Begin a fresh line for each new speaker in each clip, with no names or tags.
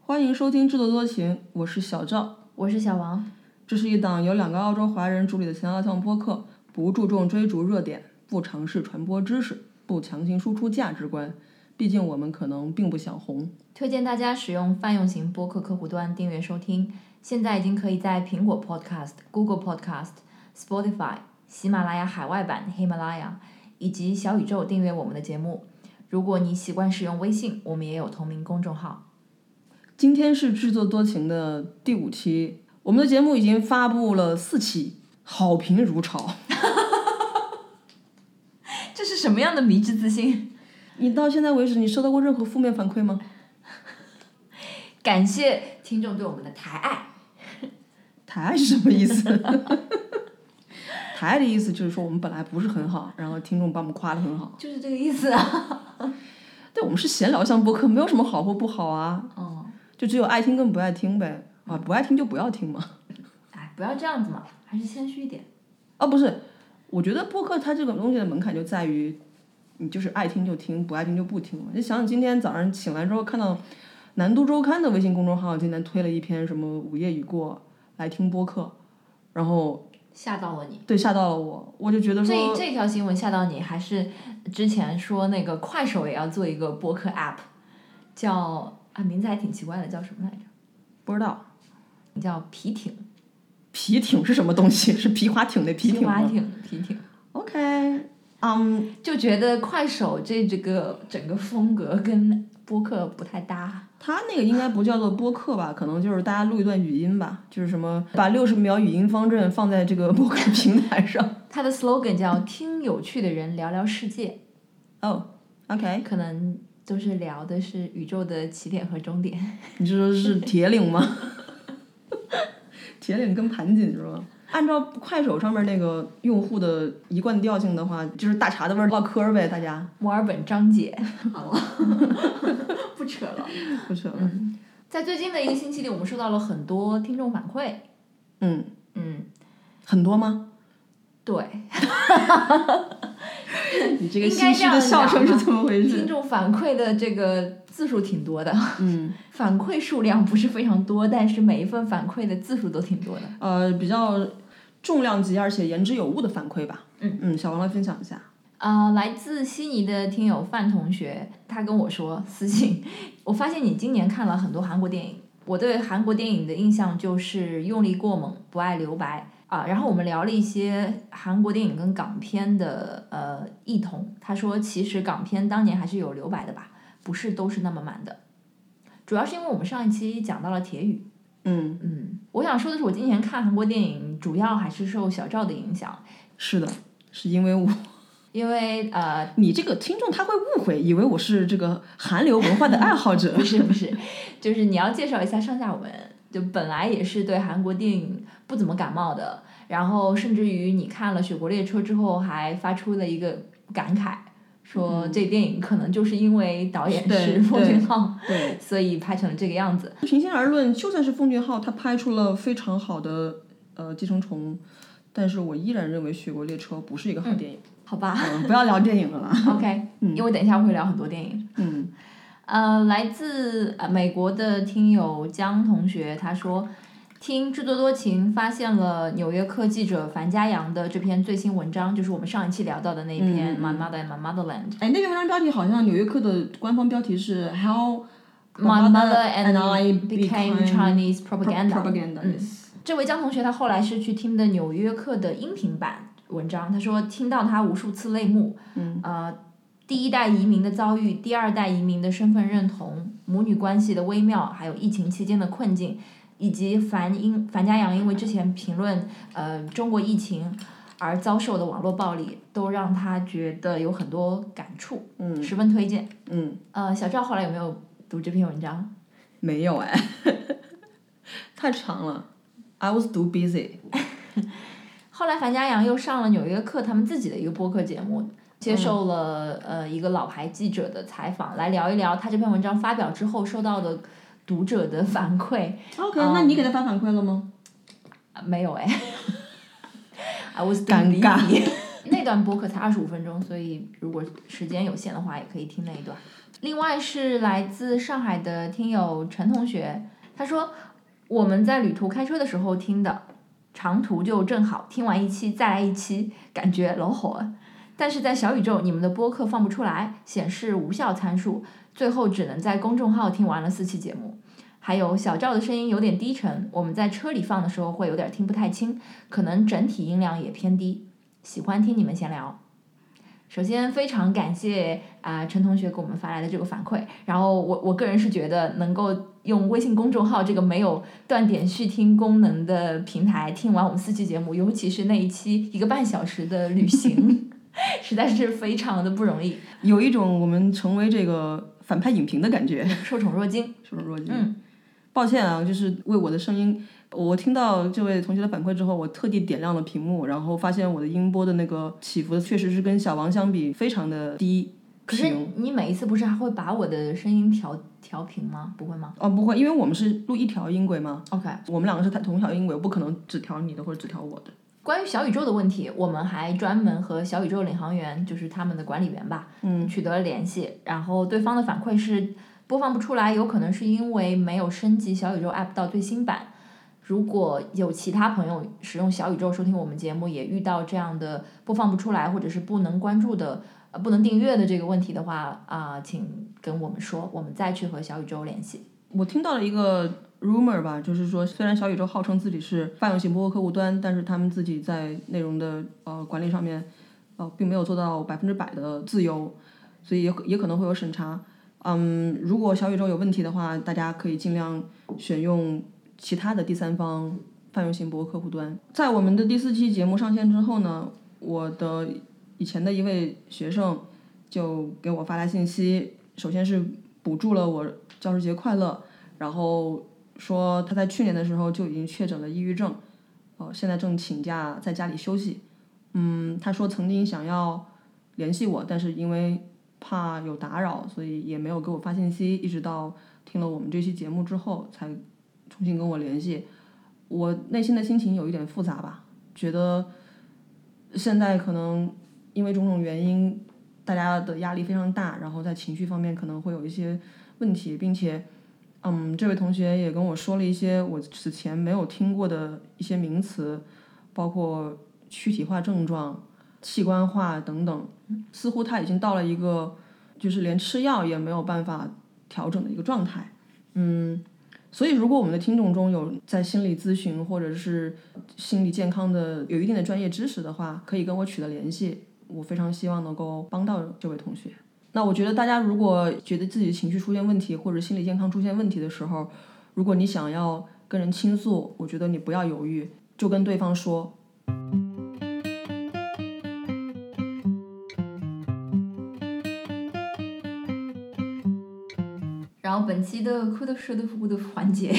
欢迎收听《制作多情》，我是小赵，
我是小王。
这是一档由2个澳洲华人主理的闲聊向播客，不注重追逐热点，不尝试传播知识，不强行输出价值观。毕竟我们可能并不想红。
推荐大家使用泛用型播客客户端订阅收听，现在已经可以在苹果 Podcast、Google Podcast、Spotify、喜马拉雅海外版喜马拉雅以及小宇宙订阅我们的节目。如果你习惯使用微信，我们也有同名公众号。
今天是制作多情的第5期，我们的节目已经发布了4期，好评如潮。
这是什么样的迷之自信？
你到现在为止，你收到过任何负面反馈吗？
感谢听众对我们的抬爱。
抬爱是什么意思？抬爱的意思就是说我们本来不是很好，然后听众把我们夸得很好，
就是这个意思啊。
对，我们是闲聊向播客，没有什么好或不好啊。就只有爱听跟不爱听呗。不爱听就不要听嘛。
哎，不要这样子嘛，还是谦虚一点。
不是，我觉得播客它这个东西的门槛就在于，你就是爱听就听，不爱听就不听嘛。就想想今天早上醒来之后，看到南都周刊的微信公众号今天推了一篇什么午夜已过来听播客，然后
吓到了你。
对，吓到了我，我就觉得说
这条新闻吓到你，还是之前说那个快手也要做一个播客 app， 叫名字还挺奇怪的，叫什么来着？
不知道。
叫皮艇。
皮艇是什么东西？是皮划艇的皮艇吗？
皮艇。
OK，
就觉得快手这个整个风格跟播客不太搭。
它那个应该不叫做播客吧，可能就是大家录一段语音吧，就是什么把60秒语音方阵放在这个播客平台上。
它的 slogan 叫听有趣的人聊聊世界。
OK，
可能都是聊的是宇宙的起点和终点。
你是说是铁岭吗？铁岭跟盘锦是吧？按照快手上面那个用户的一贯调性的话，就是大碴子味儿唠嗑呗，大家。
墨尔本张姐。好了。不扯了。
不扯了。
在最近的1个星期里，我们收到了很多听众反馈。
很多吗？
对。
你这个心虚的笑声是怎么回事？
听众反馈的这个字数挺多的。反馈数量不是非常多，但是每一份反馈的字数都挺多的。
比较重量级而且言之有物的反馈吧。小王来分享一下。
来自悉尼的听友范同学，他跟我说私信，我发现你今年看了很多韩国电影。我对韩国电影的印象就是用力过猛，不爱留白。然后我们聊了一些韩国电影跟港片的异同。他说其实港片当年还是有留白的吧，不是都是那么满的。主要是因为我们上一期讲到了铁语。我想说的是，我今年看韩国电影主要还是受小赵的影响。
是的，是因为你这个听众他会误会，以为我是这个韩流文化的爱好者。
不是，就是你要介绍一下上下文。就本来也是对韩国电影不怎么感冒的，然后甚至于你看了《雪国列车》之后，还发出了一个感慨，说这电影可能就是因为导演是奉俊昊，所以拍成了这个样子。
平心而论，就算是奉俊昊他拍出了非常好的寄生虫，但是我依然认为《雪国列车》不是一个好电影。
好吧。
不要聊电影了啦。
OK，因为等一下会聊很多电影。来自美国的听友江同学，他说听制作多情发现了纽约客记者樊家阳的这篇最新文章，就是我们上一期聊到的那篇 My Mother and My Motherland。
那篇文章标题好像纽约客的官方标题是 How
My Mother and I Became Chinese Propaganda。这位江同学他后来是去听的纽约客的音频版文章，他说听到他无数次泪目。第一代移民的遭遇，第二代移民的身份认同，母女关系的微妙，还有疫情期间的困境，以及樊家阳因为之前评论中国疫情而遭受的网络暴力，都让他觉得有很多感触。十分推荐。小赵后来有没有读这篇文章？
没有太长了。I was too busy。
后来樊家阳又上了纽约客他们自己的一个播客节目，接受了一个老牌记者的采访，来聊一聊他这篇文章发表之后收到的读者的反馈。
OK， 那你给他发反馈了吗？
没有I was
尴尬。
那段播客才25分钟，所以如果时间有限的话，也可以听那一段。 另外是来自上海的听友陈同学，他说我们在旅途开车的时候听的，长途就正好，听完一期再来一期，感觉老好啊。但是在小宇宙你们的播客放不出来，显示无效参数，最后只能在公众号听完了4期节目。还有小赵的声音有点低沉，我们在车里放的时候会有点听不太清，可能整体音量也偏低。喜欢听你们闲聊。首先非常感谢陈同学给我们发来的这个反馈，然后我个人是觉得能够用微信公众号这个没有断点续听功能的平台听完我们4期节目，尤其是那一期1个半小时的旅行实在是非常的不容易，
有一种我们成为这个反派影评的感觉，
受宠若惊。
抱歉啊，就是为我的声音，我听到这位同学的反馈之后，我特地点亮了屏幕，然后发现我的音波的那个起伏确实是跟小王相比非常的低。
可是你每一次不是还会把我的声音调平吗？不会吗？
不会，因为我们是录一条音轨嘛。
OK，
我们两个是同条音轨，我不可能只调你的或者只调我的。
关于小宇宙的问题，我们还专门和小宇宙领航员，就是他们的管理员吧，取得了联系，然后对方的反馈是播放不出来，有可能是因为没有升级小宇宙 App 到最新版。如果有其他朋友使用小宇宙收听我们节目，也遇到这样的播放不出来或者是不能关注的、不能订阅的这个问题的话请跟我们说，我们再去和小宇宙联系。
我听到了一个 rumor 吧，就是说虽然小宇宙号称自己是泛用型播客客户端，但是他们自己在内容的管理上面并没有做到100%的自由，所以也可能会有审查。如果小宇宙有问题的话，大家可以尽量选用其他的第三方泛用型播客客户端。在我们的第4期节目上线之后呢，我的以前的一位学生就给我发来信息，首先是补祝了我教师节快乐，然后说他在去年的时候就已经确诊了抑郁症，现在正请假在家里休息。他说曾经想要联系我，但是因为怕有打扰，所以也没有给我发信息，一直到听了我们这期节目之后才重新跟我联系。我内心的心情有一点复杂吧，觉得现在可能因为种种原因，大家的压力非常大，然后在情绪方面可能会有一些问题，并且这位同学也跟我说了一些我此前没有听过的一些名词，包括躯体化症状、器官化等等，似乎他已经到了一个就是连吃药也没有办法调整的一个状态。所以如果我们的听众中有在心理咨询或者是心理健康的有一定的专业知识的话，可以跟我取得联系，我非常希望能够帮到这位同学。那我觉得大家如果觉得自己情绪出现问题或者心理健康出现问题的时候，如果你想要跟人倾诉，我觉得你不要犹豫，就跟对方说。
然后本期的哭的说的服的环节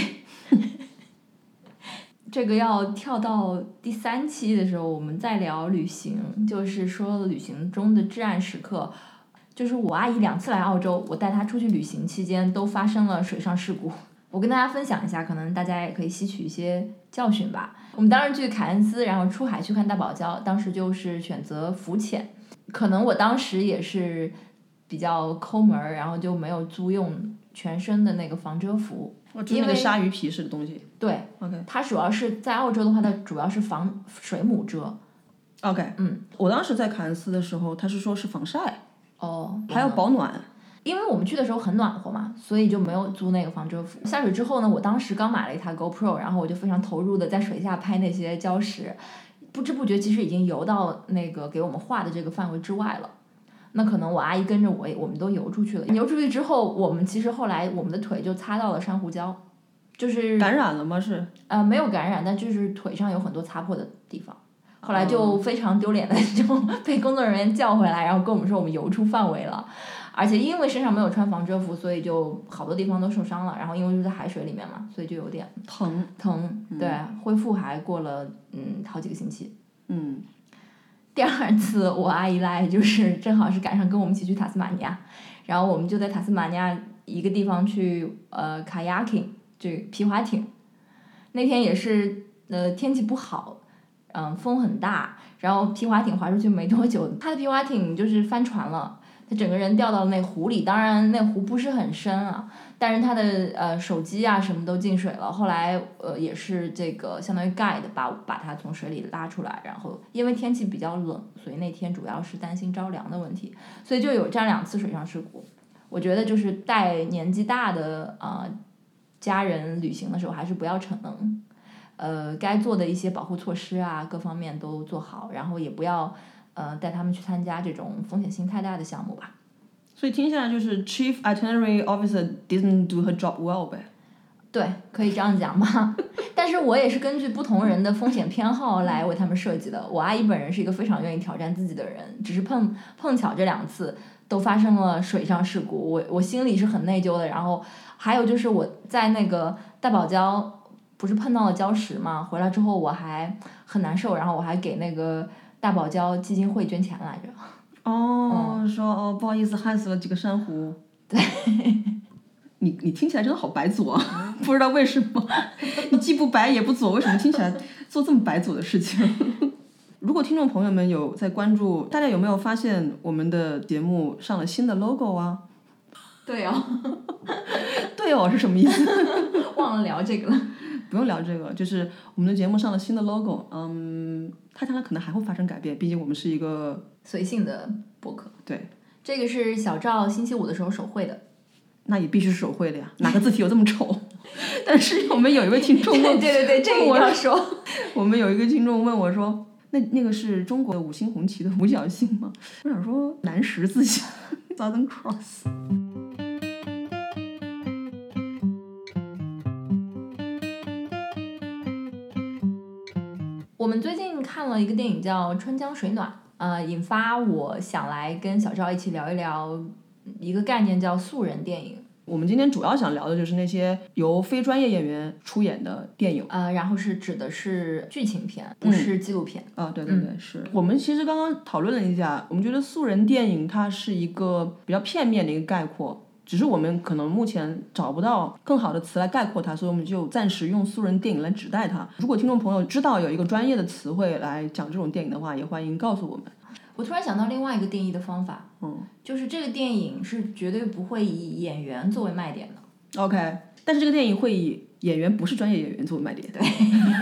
这个要跳到第3期的时候，我们再聊旅行，就是说旅行中的至暗时刻。就是我阿姨2次来澳洲，我带她出去旅行期间都发生了水上事故。我跟大家分享一下，可能大家也可以吸取一些教训吧。我们当时去凯恩斯，然后出海去看大堡礁，当时就是选择浮潜。可能我当时也是比较抠门，然后就没有租用全身的那个防遮服，
就是那个鲨鱼皮式的东西。
对
，OK，
它主要是在澳洲的话，它主要是防水母蛰。
OK， 我当时在凯恩斯的时候，他是说是防晒，还要保暖。
因为我们去的时候很暖和嘛，所以就没有租那个防遮服。下水之后呢，我当时刚买了一台 GoPro， 然后我就非常投入的在水下拍那些礁石，不知不觉其实已经游到那个给我们画的这个范围之外了。那可能我阿姨跟着我们都游出去了。游出去之后，我们其实后来我们的腿就擦到了珊瑚礁，就是
感染了吗？是
没有感染，但就是腿上有很多擦破的地方。后来就非常丢脸的就被工作人员叫回来，然后跟我们说我们游出范围了，而且因为身上没有穿防遮服，所以就好多地方都受伤了。然后因为是在海水里面嘛，所以就有点
疼。
对，恢复还过了好几个星期。第2次我阿姨来，就是正好是赶上跟我们一起去塔斯马尼亚，然后我们就在塔斯马尼亚一个地方去kayaking， 就皮划艇。那天也是天气不好，风很大，然后皮划艇划出去没多久，他的皮划艇就是翻船了， 他整个人掉到了那湖里，当然那湖不是很深啊，但是他的手机啊什么都进水了。后来也是这个相当于 guide 把他从水里拉出来，然后因为天气比较冷，所以那天主要是担心着凉的问题，所以就有这样2次水上事故。我觉得就是带年纪大的家人旅行的时候还是不要逞能，该做的一些保护措施啊各方面都做好，然后也不要带他们去参加这种风险性太大的项目吧。
所以听下来就是 Chief Itinerary Officer didn't do her job well 呗。
对，可以这样讲吧。但是我也是根据不同人的风险偏好来为他们设计的。我阿姨本人是一个非常愿意挑战自己的人，只是碰巧这2次都发生了水上事故，我心里是很内疚的。然后还有就是我在那个大堡礁不是碰到了礁石嘛，回来之后我还很难受，然后我还给那个大堡礁基金会捐钱来着。
说不好意思害死了几个珊瑚。
对。
你听起来真的好白左啊，不知道为什么你既不白也不左，为什么听起来做这么白左的事情？如果听众朋友们有在关注，大家有没有发现我们的节目上了新的 logo 啊？
对哦。
对哦是什么意思？
忘了聊这个了。
不用聊这个，就是我们的节目上了新的 logo，它将来可能还会发生改变，毕竟我们是一个
随性的播客。
对，
这个是小赵星期五的时候手绘的。
那也必须是手绘的呀，哪个字体有这么丑？但是我们有一位听众问，
对，这个我要说。
我们有一个听众问我说，那个是中国的5星红旗的五角星吗？我想说南十字星 Southern Cross。
我们最近看了一个电影叫《春江水暖》，引发我想来跟小赵一起聊一聊一个概念叫素人电影。
我们今天主要想聊的就是那些由非专业演员出演的电影，
然后指的是剧情片，不是纪录片。
对，是。我们其实刚刚讨论了一下，我们觉得素人电影它是一个比较片面的一个概括，只是我们可能目前找不到更好的词来概括它，所以我们就暂时用素人电影来指代它。如果听众朋友知道有一个专业的词汇来讲这种电影的话，也欢迎告诉我们。
我突然想到另外一个定义的方法，就是这个电影是绝对不会以演员作为卖点的。
OK， 但是这个电影会以演员不是专业演员作为卖点。
对。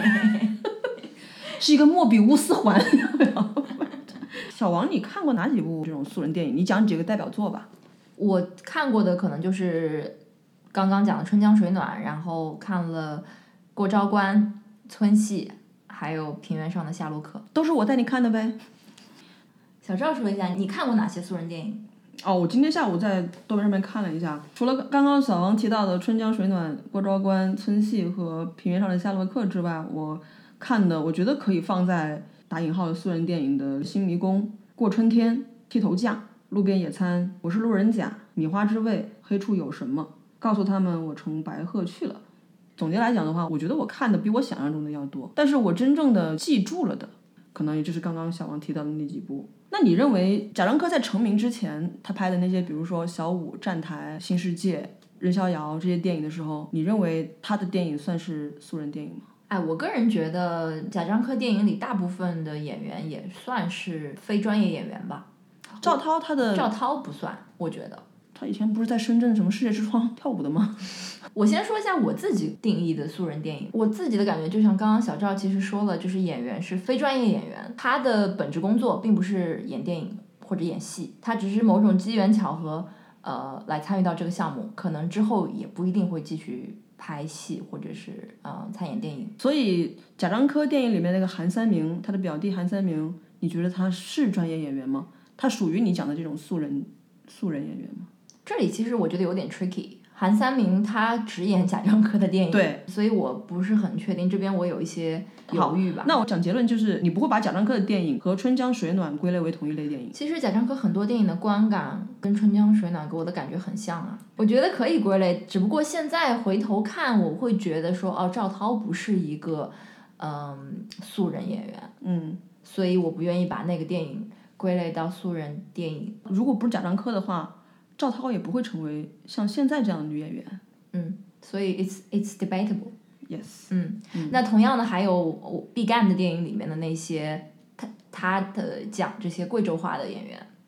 是一个莫比乌斯环。小王，你看过哪几部这种素人电影？你讲几个代表作吧。
我看过的可能就是刚刚讲的《春江水暖》，然后看了《过昭关》、《村戏》，还有《平原上的夏洛克》。
都是我带你看的呗。
小赵说一下，你看过哪些素人电影？
我今天下午在豆瓣上面看了一下，除了刚刚小王提到的《春江水暖》、《过昭关》、《村戏》和《平原上的夏洛克》之外，我看的我觉得可以放在打引号的素人电影的《新迷宫》、《过春天》、《剃头架》、《路边野餐》、《我是路人甲》、《米花之味》、《黑处有什么》、告诉他们我乘白鹤去了。总结来讲的话，我觉得我看的比我想象中的要多，但是我真正的记住了的可能也就是刚刚小王提到的那几部。那你认为贾樟柯在成名之前他拍的那些比如说小五、站台、新世界、任逍遥这些电影的时候，你认为他的电影算是素人电影吗？
我个人觉得贾樟柯电影里大部分的演员也算是非专业演员吧。
赵涛
不算，我觉得
他以前不是在深圳什么世界之窗跳舞的吗？
我先说一下我自己定义的素人电影。我自己的感觉就像刚刚小赵其实说了，就是演员是非专业演员，他的本职工作并不是演电影或者演戏，他只是某种机缘巧合来参与到这个项目，可能之后也不一定会继续拍戏或者是参演电影。
所以贾樟柯电影里面那个韩三明，他的表弟韩三明，你觉得他是专业演员吗？他属于你讲的这种素人演员吗？
这里其实我觉得有点 tricky。韩三明他只演贾樟柯的电影，
对，
所以我不是很确定，这边我有一些犹豫吧。
那我讲结论就是，你不会把贾樟柯的电影和《春江水暖》归类为同一类电影。
其实贾樟柯很多电影的观感跟《春江水暖》给我的感觉很像啊，我觉得可以归类，只不过现在回头看，我会觉得说，赵涛不是一个素人演员，所以我不愿意把那个电影归类到素人电影。
如果不是贾樟柯的话，赵涛也不会成为像现在这样的女演员。
所以 it's debatable。
Yes。
那同样的还有毕赣的电影里面的那些他的讲这些贵州话的演员，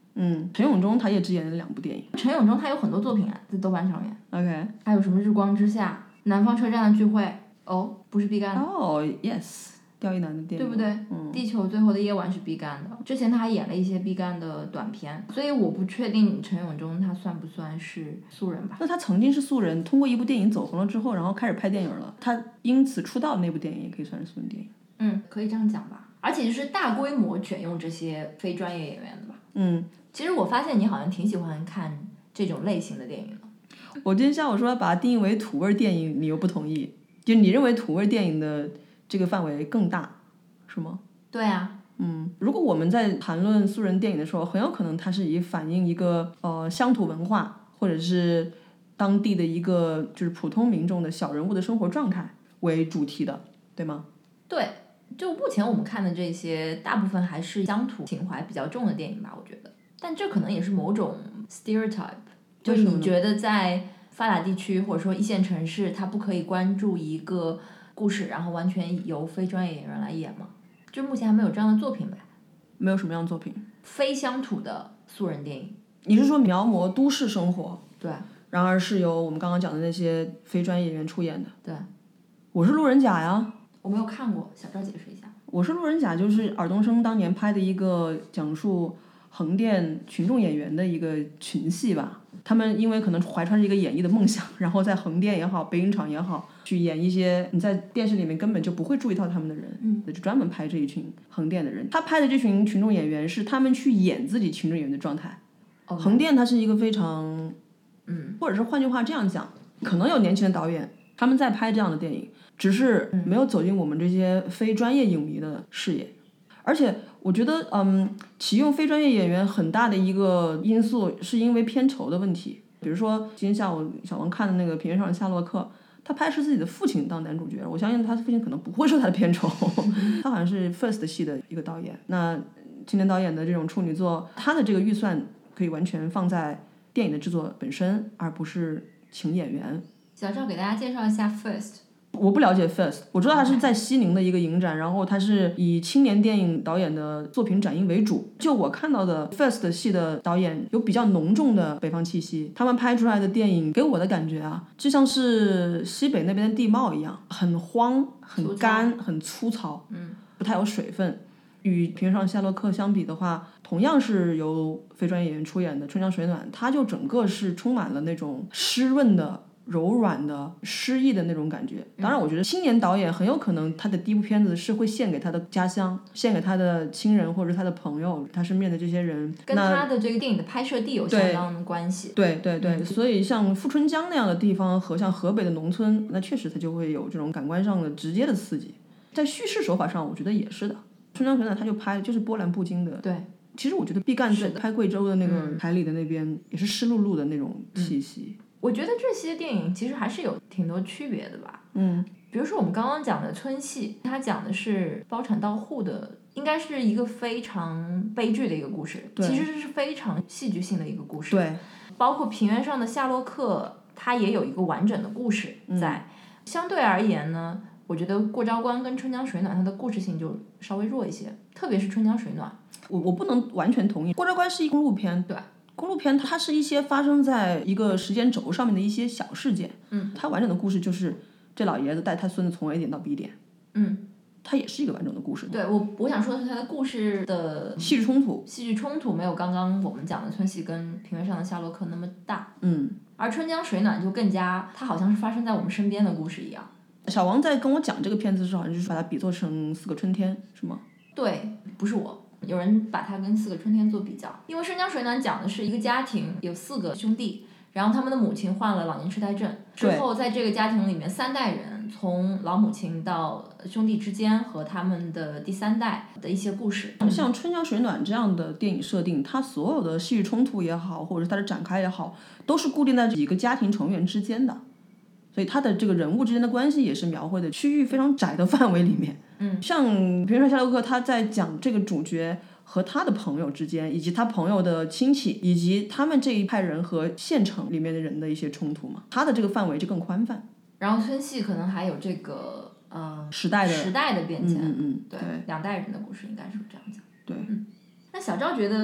陈永忠他也只演了2部电影。
陈永忠他有很多作品啊，在豆瓣上面。
OK。
还有什么日光之下、南方车站的聚会，不是毕赣的。
yes。刁亦男的电影，
对不对？地球最后的夜晚是毕赣的，之前他还演了一些毕赣的短片，所以我不确定陈永忠他算不算是素人吧。
那他曾经是素人，通过一部电影走红了之后，然后开始拍电影了，他因此出道的那部电影也可以算是素人电影。
可以这样讲吧。而且就是大规模卷用这些非专业演员的吧。其实我发现你好像挺喜欢看这种类型的电影的。
我今天下午说要把它定义为土味电影，你又不同意，就你认为土味电影的这个范围更大，是吗？
对啊。
如果我们在谈论素人电影的时候，很有可能它是以反映一个乡土文化，或者是当地的一个就是普通民众的小人物的生活状态为主题的，对吗？
对，就目前我们看的这些，大部分还是乡土情怀比较重的电影吧，我觉得。但这可能也是某种 stereotype， 就是你觉得在发达地区或者说一线城市，它不可以关注一个故事，然后完全由非专业演员来演吗？就目前还没有这样的作品呗。
没有什么样的作品？
非乡土的素人电影。
你是说描摹都市生活？
对。
然而是由我们刚刚讲的那些非专业演员出演的。
对。
我是路人甲呀。
我没有看过，小赵解释一下。
我是路人甲就是尔冬升当年拍的一个讲述横店群众演员的一个群戏吧。他们因为可能怀揣着一个演艺的梦想，然后在横店也好，北影厂也好，去演一些你在电视里面根本就不会注意到他们的人，就专门拍这一群横店的人。他拍的这群群众演员是他们去演自己群众演员的状态。横店它是一个非常，或者是换句话这样讲，可能有年轻的导演他们在拍这样的电影，只是没有走进我们这些非专业影迷的视野。而且我觉得启用非专业演员很大的一个因素是因为片酬的问题。比如说今天下午小王看的那个《平原上的夏洛克》，他拍是自己的父亲当男主角，我相信他的父亲可能不会收他的片酬他好像是 First 系的一个导演。那青年导演的这种处女作，他的这个预算可以完全放在电影的制作本身，而不是请演员。
小赵给大家介绍一下 First。
我不了解 First， 我知道它是在西宁的一个影展，然后它是以青年电影导演的作品展映为主。就我看到的 First 系的导演有比较浓重的北方气息，他们拍出来的电影给我的感觉啊，就像是西北那边的地貌一样，很荒、很干、很粗糙，不太有水分。与《平原上的夏洛克》相比的话，同样是由非专业演员出演的《春江水暖》，它就整个是充满了那种湿润的、柔软的、诗意的那种感觉。当然我觉得青年导演很有可能他的第一部片子是会献给他的家乡，献给他的亲人或者他的朋友，他身边的这些人，
跟他的这个电影的拍摄地有相当的关系。
对，所以像富春江那样的地方和像河北的农村，那确实它就会有这种感官上的直接的刺激。在叙事手法上我觉得也是的，春江水暖他就拍就是波澜不惊的。
对，
其实我觉得毕赣在拍贵州的那个海里的那边也是湿漉漉的那种气息。
我觉得这些电影其实还是有挺多区别的吧。比如说我们刚刚讲的村戏，它讲的是包产到户的，应该是一个非常悲剧的一个故事，其实是非常戏剧性的一个故事。
对，
包括平原上的夏洛克，它也有一个完整的故事在。相对而言呢，我觉得过昭关跟春江水暖它的故事性就稍微弱一些，特别是春江水暖。
我不能完全同意，过昭关是一个公路片。
对，
公路片它是一些发生在一个时间轴上面的一些小事件。它完整的故事就是这老爷子带他孙子从 A 点到 B 点。它也是一个完整的故事。
对，我想说的是它的故事的
戏剧冲
突没有刚刚我们讲的村戏跟平原上的夏洛克那么大。而春江水暖就更加，它好像是发生在我们身边的故事一样。
小王在跟我讲这个片子的时候，好像就是把它比作成四个春天，是吗？
对，不是我，有人把它跟四个春天做比较。因为春江水暖讲的是一个家庭有4个兄弟，然后他们的母亲患了老年痴呆症，之后在这个家庭里面3代人，从老母亲到兄弟之间和他们的第3代的一些故事。
像春江水暖这样的电影设定，它所有的戏剧冲突也好，或者是它的展开也好，都是固定在几个家庭成员之间的，所以它的这个人物之间的关系也是描绘的区域非常窄的范围里面。像《平原上夏洛克》，他在讲这个主角和他的朋友之间，以及他朋友的亲戚，以及他们这一派人和县城里面的人的一些冲突嘛，他的这个范围就更宽泛。
然后村戏可能还有这个
时代的
变迁。
对
，2代人的故事应该是这样讲。
对。
那小赵觉得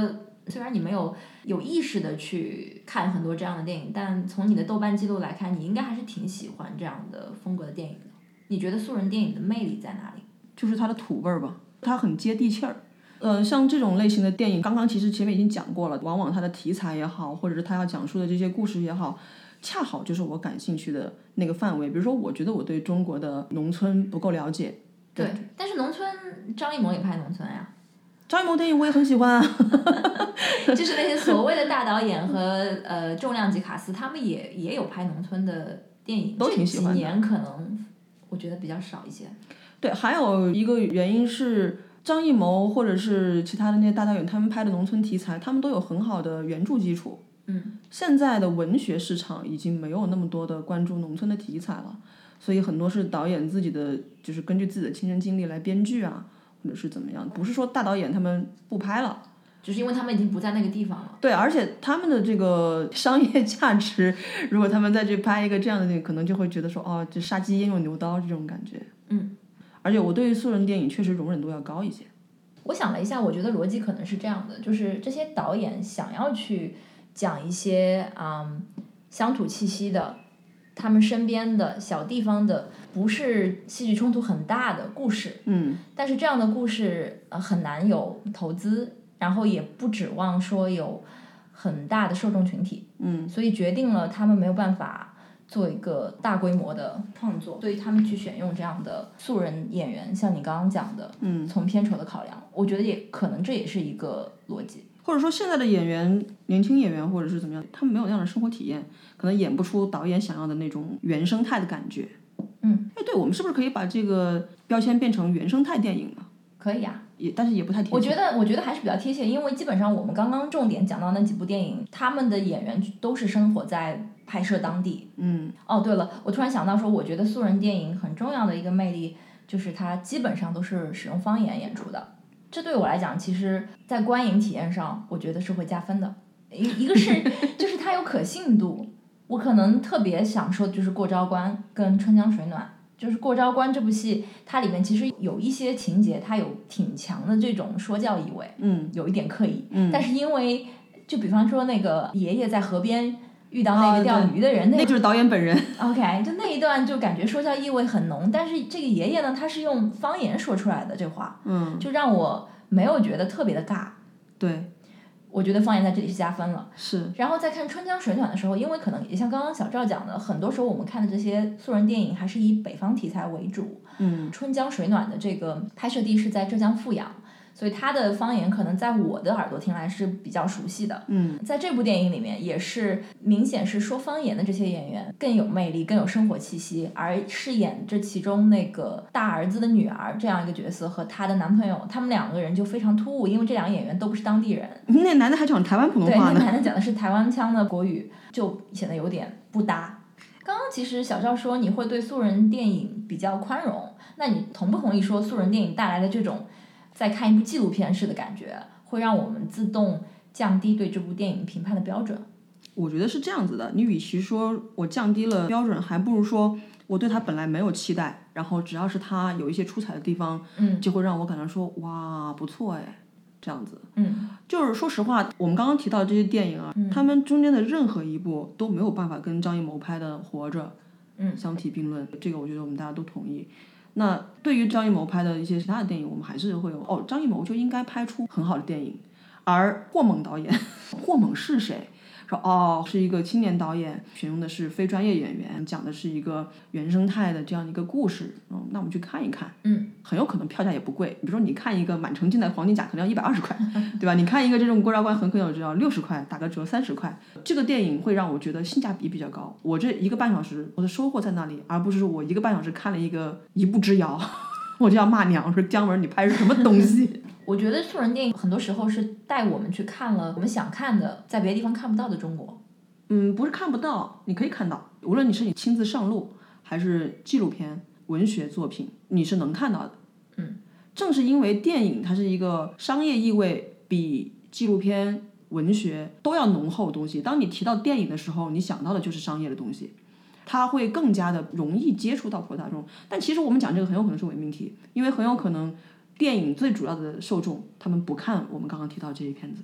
虽然你没有意识的去看很多这样的电影，但从你的豆瓣记录来看，你应该还是挺喜欢这样的风格的电影的。你觉得素人电影的魅力在哪里？
就是它的土味儿吧，它很接地气儿。像这种类型的电影，刚刚其实前面已经讲过了，往往它的题材也好，或者是它要讲述的这些故事也好，恰好就是我感兴趣的那个范围。比如说，我觉得我对中国的农村不够了解。
对，但是农村张艺谋也拍农村呀。
张艺谋电影我也很喜欢啊。
就是那些所谓的大导演和重量级卡司，他们也有拍农村的电影，
都挺喜欢的。
这几年可能我觉得比较少一些。
对，还有一个原因是张艺谋或者是其他的那些大导演，他们拍的农村题材，他们都有很好的原著基础。现在的文学市场已经没有那么多的关注农村的题材了，所以很多是导演自己的，就是根据自己的亲身经历来编剧啊，或者是怎么样，不是说大导演他们不拍了，
只是因为他们已经不在那个地方了。
对，而且他们的这个商业价值，如果他们再去拍一个这样的电影，可能就会觉得说，哦，这杀鸡焉用牛刀这种感觉。而且我对于素人电影确实容忍度要高一些。
我想了一下，我觉得逻辑可能是这样的，就是这些导演想要去讲一些乡土气息的，他们身边的小地方的，不是戏剧冲突很大的故事。但是这样的故事很难有投资，然后也不指望说有很大的受众群体。所以决定了他们没有办法做一个大规模的创作，所以他们去选用这样的素人演员，像你刚刚讲的，从片酬的考量，我觉得也可能这也是一个逻辑。
或者说现在的演员，年轻演员或者是怎么样，他们没有那样的生活体验，可能演不出导演想要的那种原生态的感觉。对，我们是不是可以把这个标签变成原生态电影呢？
可以啊，
但是也不太贴切。
我觉得还是比较贴切，因为基本上我们刚刚重点讲到那几部电影，他们的演员都是生活在拍摄当地。哦，对了，我突然想到说，我觉得素人电影很重要的一个魅力就是它基本上都是使用方言演出的。这对我来讲，其实在观影体验上，我觉得是会加分的。一个是就是它有可信度，我可能特别想说的就是《过招关》跟《春江水暖》。就是《过招关》这部戏，它里面其实有一些情节，它有挺强的这种说教意味，有一点刻意。但是因为就比方说那个爷爷在河边遇到那个钓鱼的人，
那就是导演本人。
OK， 就那一段就感觉说教意味很浓，但是这个爷爷呢，他是用方言说出来的这话，就让我没有觉得特别的尬。
对。
我觉得方言在这里是加分了。
是。
然后在看《春江水暖》的时候，因为可能也像刚刚小赵讲的，很多时候我们看的这些素人电影还是以北方题材为主。春江水暖的这个拍摄地是在浙江富阳，所以他的方言可能在我的耳朵听来是比较熟悉的。在这部电影里面也是明显是说方言的这些演员更有魅力，更有生活气息，而饰演这其中那个大儿子的女儿这样一个角色和她的男朋友，他们两个人就非常突兀，因为这两个演员都不是当地人。
那男的还讲台湾普通话呢。
对，那男的讲的是台湾腔的国语，就显得有点不搭。刚刚其实小赵说你会对素人电影比较宽容，那你同不同意说素人电影带来的这种在看一部纪录片式的感觉，会让我们自动降低对这部电影评判的标准？
我觉得是这样子的，你与其说我降低了标准，还不如说我对它本来没有期待，然后只要是它有一些出彩的地方，就会让我感到说哇不错哎，这样子。就是说实话，我们刚刚提到的这些电影啊，他们中间的任何一部都没有办法跟张艺谋拍的《活着》相提并论，这个我觉得我们大家都同意。那对于张艺谋拍的一些其他的电影，我们还是会有张艺谋就应该拍出很好的电影。而霍猛导演，霍猛是谁？说是一个青年导演，选用的是非专业演员，讲的是一个原生态的这样一个故事。那我们去看一看，很有可能票价也不贵。比如说你看一个满城尽带黄金甲，可能要120块，对吧？你看一个这种过招关很可能只要60块，打个折30块。这个电影会让我觉得性价比比较高。我这1个半小时，我的收获在那里，而不是说我1个半小时看了一步之遥，我就要骂娘，说姜文你拍的是什么东西？
我觉得素人电影很多时候是带我们去看了我们想看的，在别的地方看不到的中国。
不是看不到，你可以看到，无论你是你亲自上路，还是纪录片、文学作品，你是能看到的。正是因为电影它是一个商业意味比纪录片、文学都要浓厚的东西，当你提到电影的时候，你想到的就是商业的东西，它会更加的容易接触到普罗大众。但其实我们讲这个很有可能是伪命题，因为很有可能电影最主要的受众他们不看我们刚刚提到这些片子。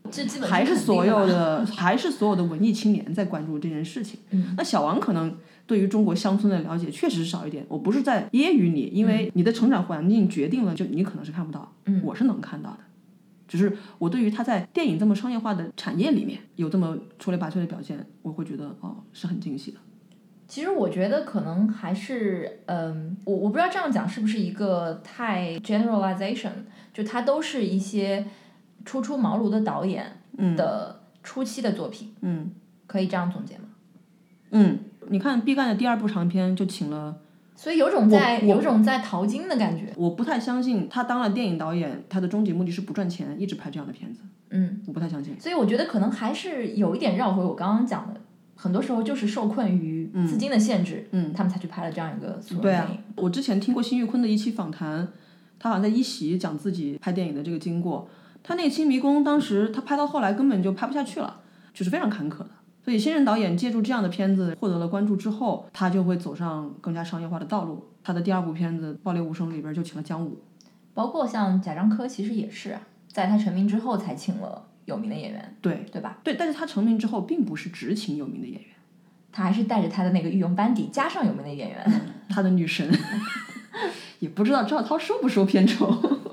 这基本
还是所有的文艺青年在关注这件事情。那小王可能对于中国乡村的了解确实少一点，我不是在揶揄你，因为你的成长环境决定了，就你可能是看不到，我是能看到的。只是我对于他在电影这么商业化的产业里面有这么出类拔萃的表现，我会觉得是很惊喜的。
其实我觉得可能还是我不知道这样讲是不是一个太 generalization， 就它都是一些初出茅庐的导演的初期的作品，可以这样总结吗？
你看毕赣的第2部长片就请了，
所以有种在淘金的感觉。
我不太相信他当了电影导演，他的终极目的是不赚钱，一直拍这样的片子。我不太相信。
所以我觉得可能还是有一点绕回我刚刚讲的，很多时候就是受困于资金的限制，他们才去拍了这样一个素人电影。
对啊，我之前听过辛玉坤的一期访谈，他好像在一席讲自己拍电影的这个经过。他那个《青迷宫》当时他拍到后来根本就拍不下去了，就是非常坎坷的。所以新人导演借助这样的片子获得了关注之后，他就会走上更加商业化的道路。他的第2部片子《爆裂无声》里边就请了姜武，
包括像贾樟柯其实也是在他成名之后才请了有名的演员，对吧？
对，但是他成名之后并不是只请有名的演员，
他还是带着他的那个御用班底加上有名的演员，
他的女神也不知道赵涛收不收片酬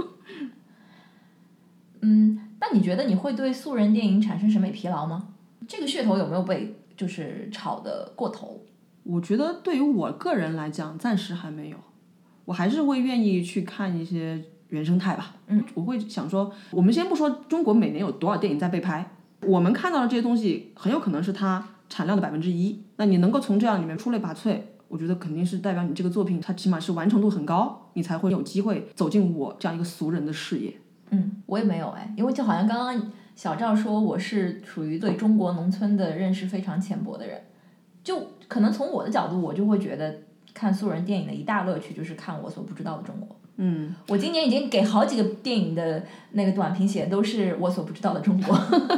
那你觉得你会对素人电影产生审美疲劳吗？这个噱头有没有被就是炒得过头？
我觉得对于我个人来讲暂时还没有，我还是会愿意去看一些原生态吧。我会想说，我们先不说中国每年有多少电影在被拍，我们看到的这些东西很有可能是它产量的1%，那你能够从这样里面出类拔萃，我觉得肯定是代表你这个作品它起码是完成度很高，你才会有机会走进我这样一个俗人的视野。
我也没有因为就好像刚刚小赵说我是属于对中国农村的认识非常浅薄的人，就可能从我的角度我就会觉得看素人电影的一大乐趣就是看我所不知道的中国。我今年已经给好几个电影的那个短评写都是我所不知道的中国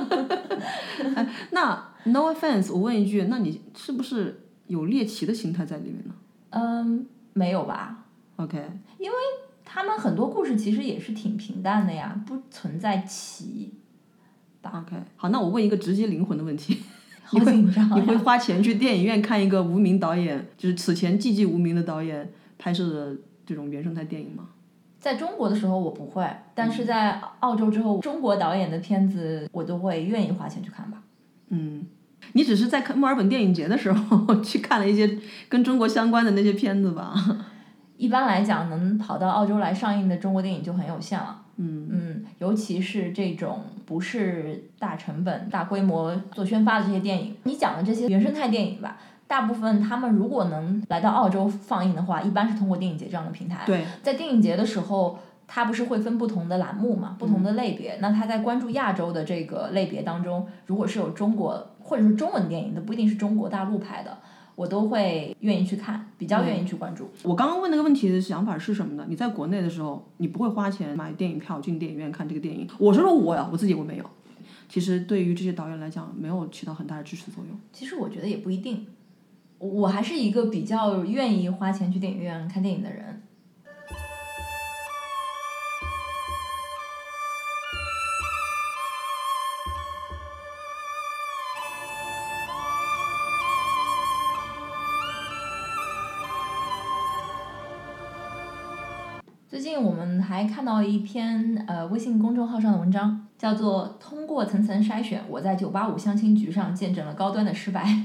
那 no offense 我问一句，那你是不是有猎奇的心态在里面呢？
没有吧。
OK，
因为他们很多故事其实也是挺平淡的呀，不存在奇吧。
OK， 好，那我问一个直击灵魂的问题，
好紧张呀。
你会花钱去电影院看一个无名导演，就是此前寂寂无名的导演拍摄的这种原生态电影吗？
在中国的时候我不会，但是在澳洲之后，中国导演的片子我都会愿意花钱去看吧。
你只是在看墨尔本电影节的时候去看了一些跟中国相关的那些片子吧？
一般来讲能跑到澳洲来上映的中国电影就很有限了。尤其是这种不是大成本大规模做宣发的这些电影，你讲的这些原生态电影吧，大部分他们如果能来到澳洲放映的话，一般是通过电影节这样的平台。
对，
在电影节的时候它不是会分不同的栏目嘛，不同的类别，那它在关注亚洲的这个类别当中，如果是有中国或者是中文电影的，不一定是中国大陆拍的，我都会愿意去看，比较愿意去关注。
我刚刚问那个问题的想法是什么呢？你在国内的时候你不会花钱买电影票进电影院看这个电影，我说我自己我没有，其实对于这些导演来讲没有起到很大的支持作用。
其实我觉得也不一定，我还是一个比较愿意花钱去电影院看电影的人。最近我们还看到一篇微信公众号上的文章，叫做通过层层筛选，我在985相亲局上见证了高端的失败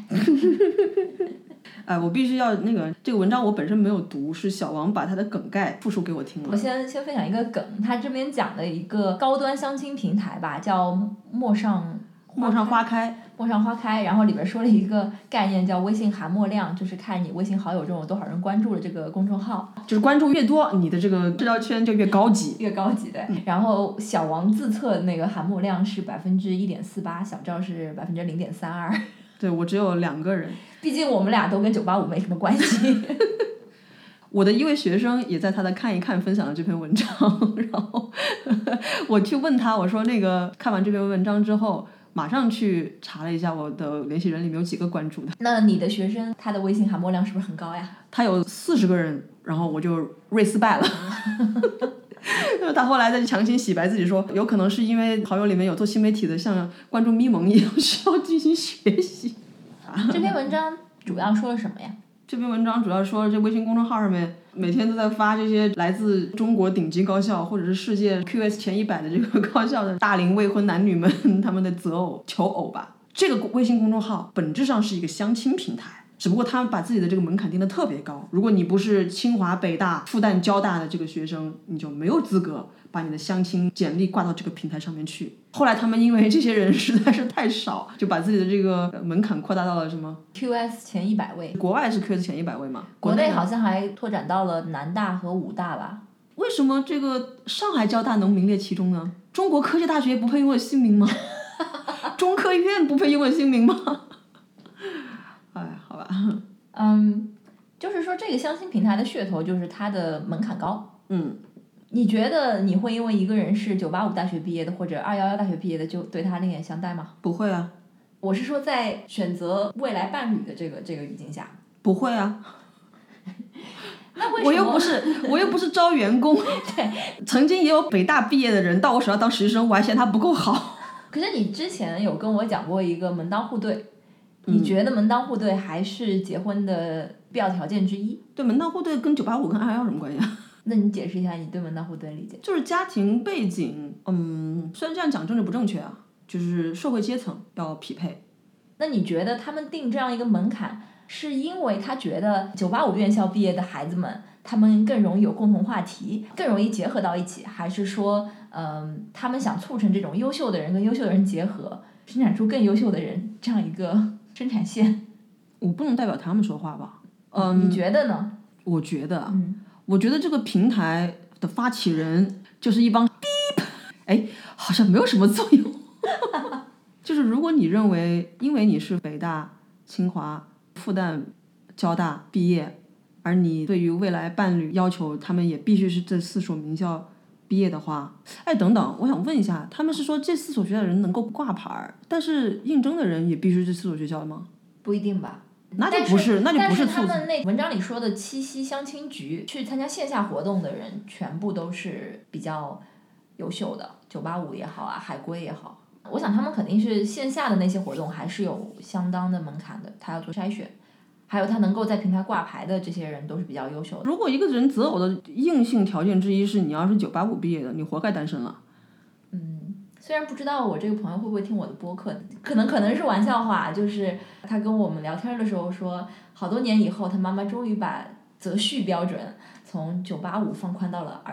我必须要这个文章我本身没有读，是小王把他的梗概复述给我听了。
我先分享一个梗，他这边讲的一个高端相亲平台吧，叫陌上花开，然后里边说了一个概念叫微信含墨量，就是看你微信好友中有多少人关注了这个公众号，
就是关注越多，你的这个社交圈就越高级，
对。然后小王自测那个含墨量是1.48%，小赵是0.32%。
对，我只有2个人，
毕竟我们俩都跟985没什么关系
我的一位学生也在他的看一看分享了这篇文章，然后我去问他，我说看完这篇文章之后马上去查了一下我的联系人里面有几个关注的。
那你的学生他的微信含墨量是不是很高呀？
他有40个人，然后我就瑞斯败了就他后来再强行洗白自己说，有可能是因为好友里面有做新媒体的，像关注咪蒙一样需要进行学习。
这篇文章主要说了什么呀？
这篇文章主要说这微信公众号上面每天都在发这些来自中国顶级高校或者是世界 QS 前100的这个高校的大龄未婚男女们他们的择偶求偶吧。这个微信公众号本质上是一个相亲平台，只不过他们把自己的这个门槛定得特别高，如果你不是清华北大复旦交大的这个学生，你就没有资格把你的相亲简历挂到这个平台上面去。后来他们因为这些人实在是太少，就把自己的这个门槛扩大到了什么
QS 前100位，
国外是 QS 前100位嘛，
国内好像还拓展到了南大和武大吧。
为什么这个上海交大能名列其中呢？中国科技大学不配拥有姓名吗？中科院不配拥有姓名吗？哎，好吧。
就是说这个相亲平台的噱头就是它的门槛高。
嗯。
你觉得你会因为一个人是985大学毕业的或者211大学毕业的就对他另眼相待吗？
不会啊。
我是说在选择未来伴侣的这个语境下。
不会啊。
那为什么
我又不是招员工。
对。
曾经也有北大毕业的人到我手上当实习生，我还嫌他不够好。
可是你之前有跟我讲过一个门当户对，你觉得门当户对还是结婚的必要条件之一？
对，门当户对跟985跟211有什么关系啊？
那你解释一下你对门当户对的理解。
就是家庭背景，虽然这样讲政治不正确啊，就是社会阶层要匹配。
那你觉得他们定这样一个门槛，是因为他觉得985院校毕业的孩子们，他们更容易有共同话题，更容易结合到一起，还是说，他们想促成这种优秀的人跟优秀的人结合，生产出更优秀的人这样一个生产线？
我不能代表他们说话吧？
你觉得呢？
我觉得，我觉得这个平台的发起人就是一帮好像没有什么作用。就是如果你认为因为你是北大、清华、复旦、交大毕业，而你对于未来伴侣要求他们也必须是这4所名校毕业的话，等等，我想问一下，他们是说这4所学校的人能够挂牌，但是应征的人也必须是这4所学校的吗？
不一定吧。
那就不是
但是他们那文章里说的七夕相亲局去参加线下活动的人全部都是比较优秀的，985也好啊，海归也好，我想他们肯定是线下的那些活动还是有相当的门槛的，他要做筛选，还有他能够在平台挂牌的这些人都是比较优秀的。
如果一个人择偶的硬性条件之一是你要是985毕业的，你活该单身了。
虽然不知道我这个朋友会不会听我的播客，可能是玩笑话，就是他跟我们聊天的时候说，好多年以后他妈妈终于把择婿标准从985放宽到了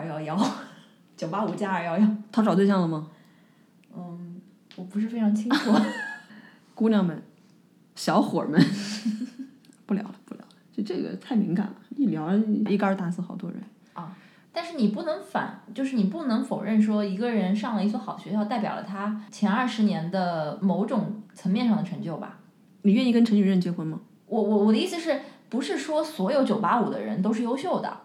211，985加211。
他找对象了吗？
我不是非常清楚。
姑娘们，小伙们，不聊了，就这个太敏感了，一聊一竿打死好多人。
但是你不能否认说一个人上了一所好学校代表了他前20年的某种层面上的成就吧。
你愿意跟陈雨任结婚吗？
我的意思是不是说所有985的人都是优秀的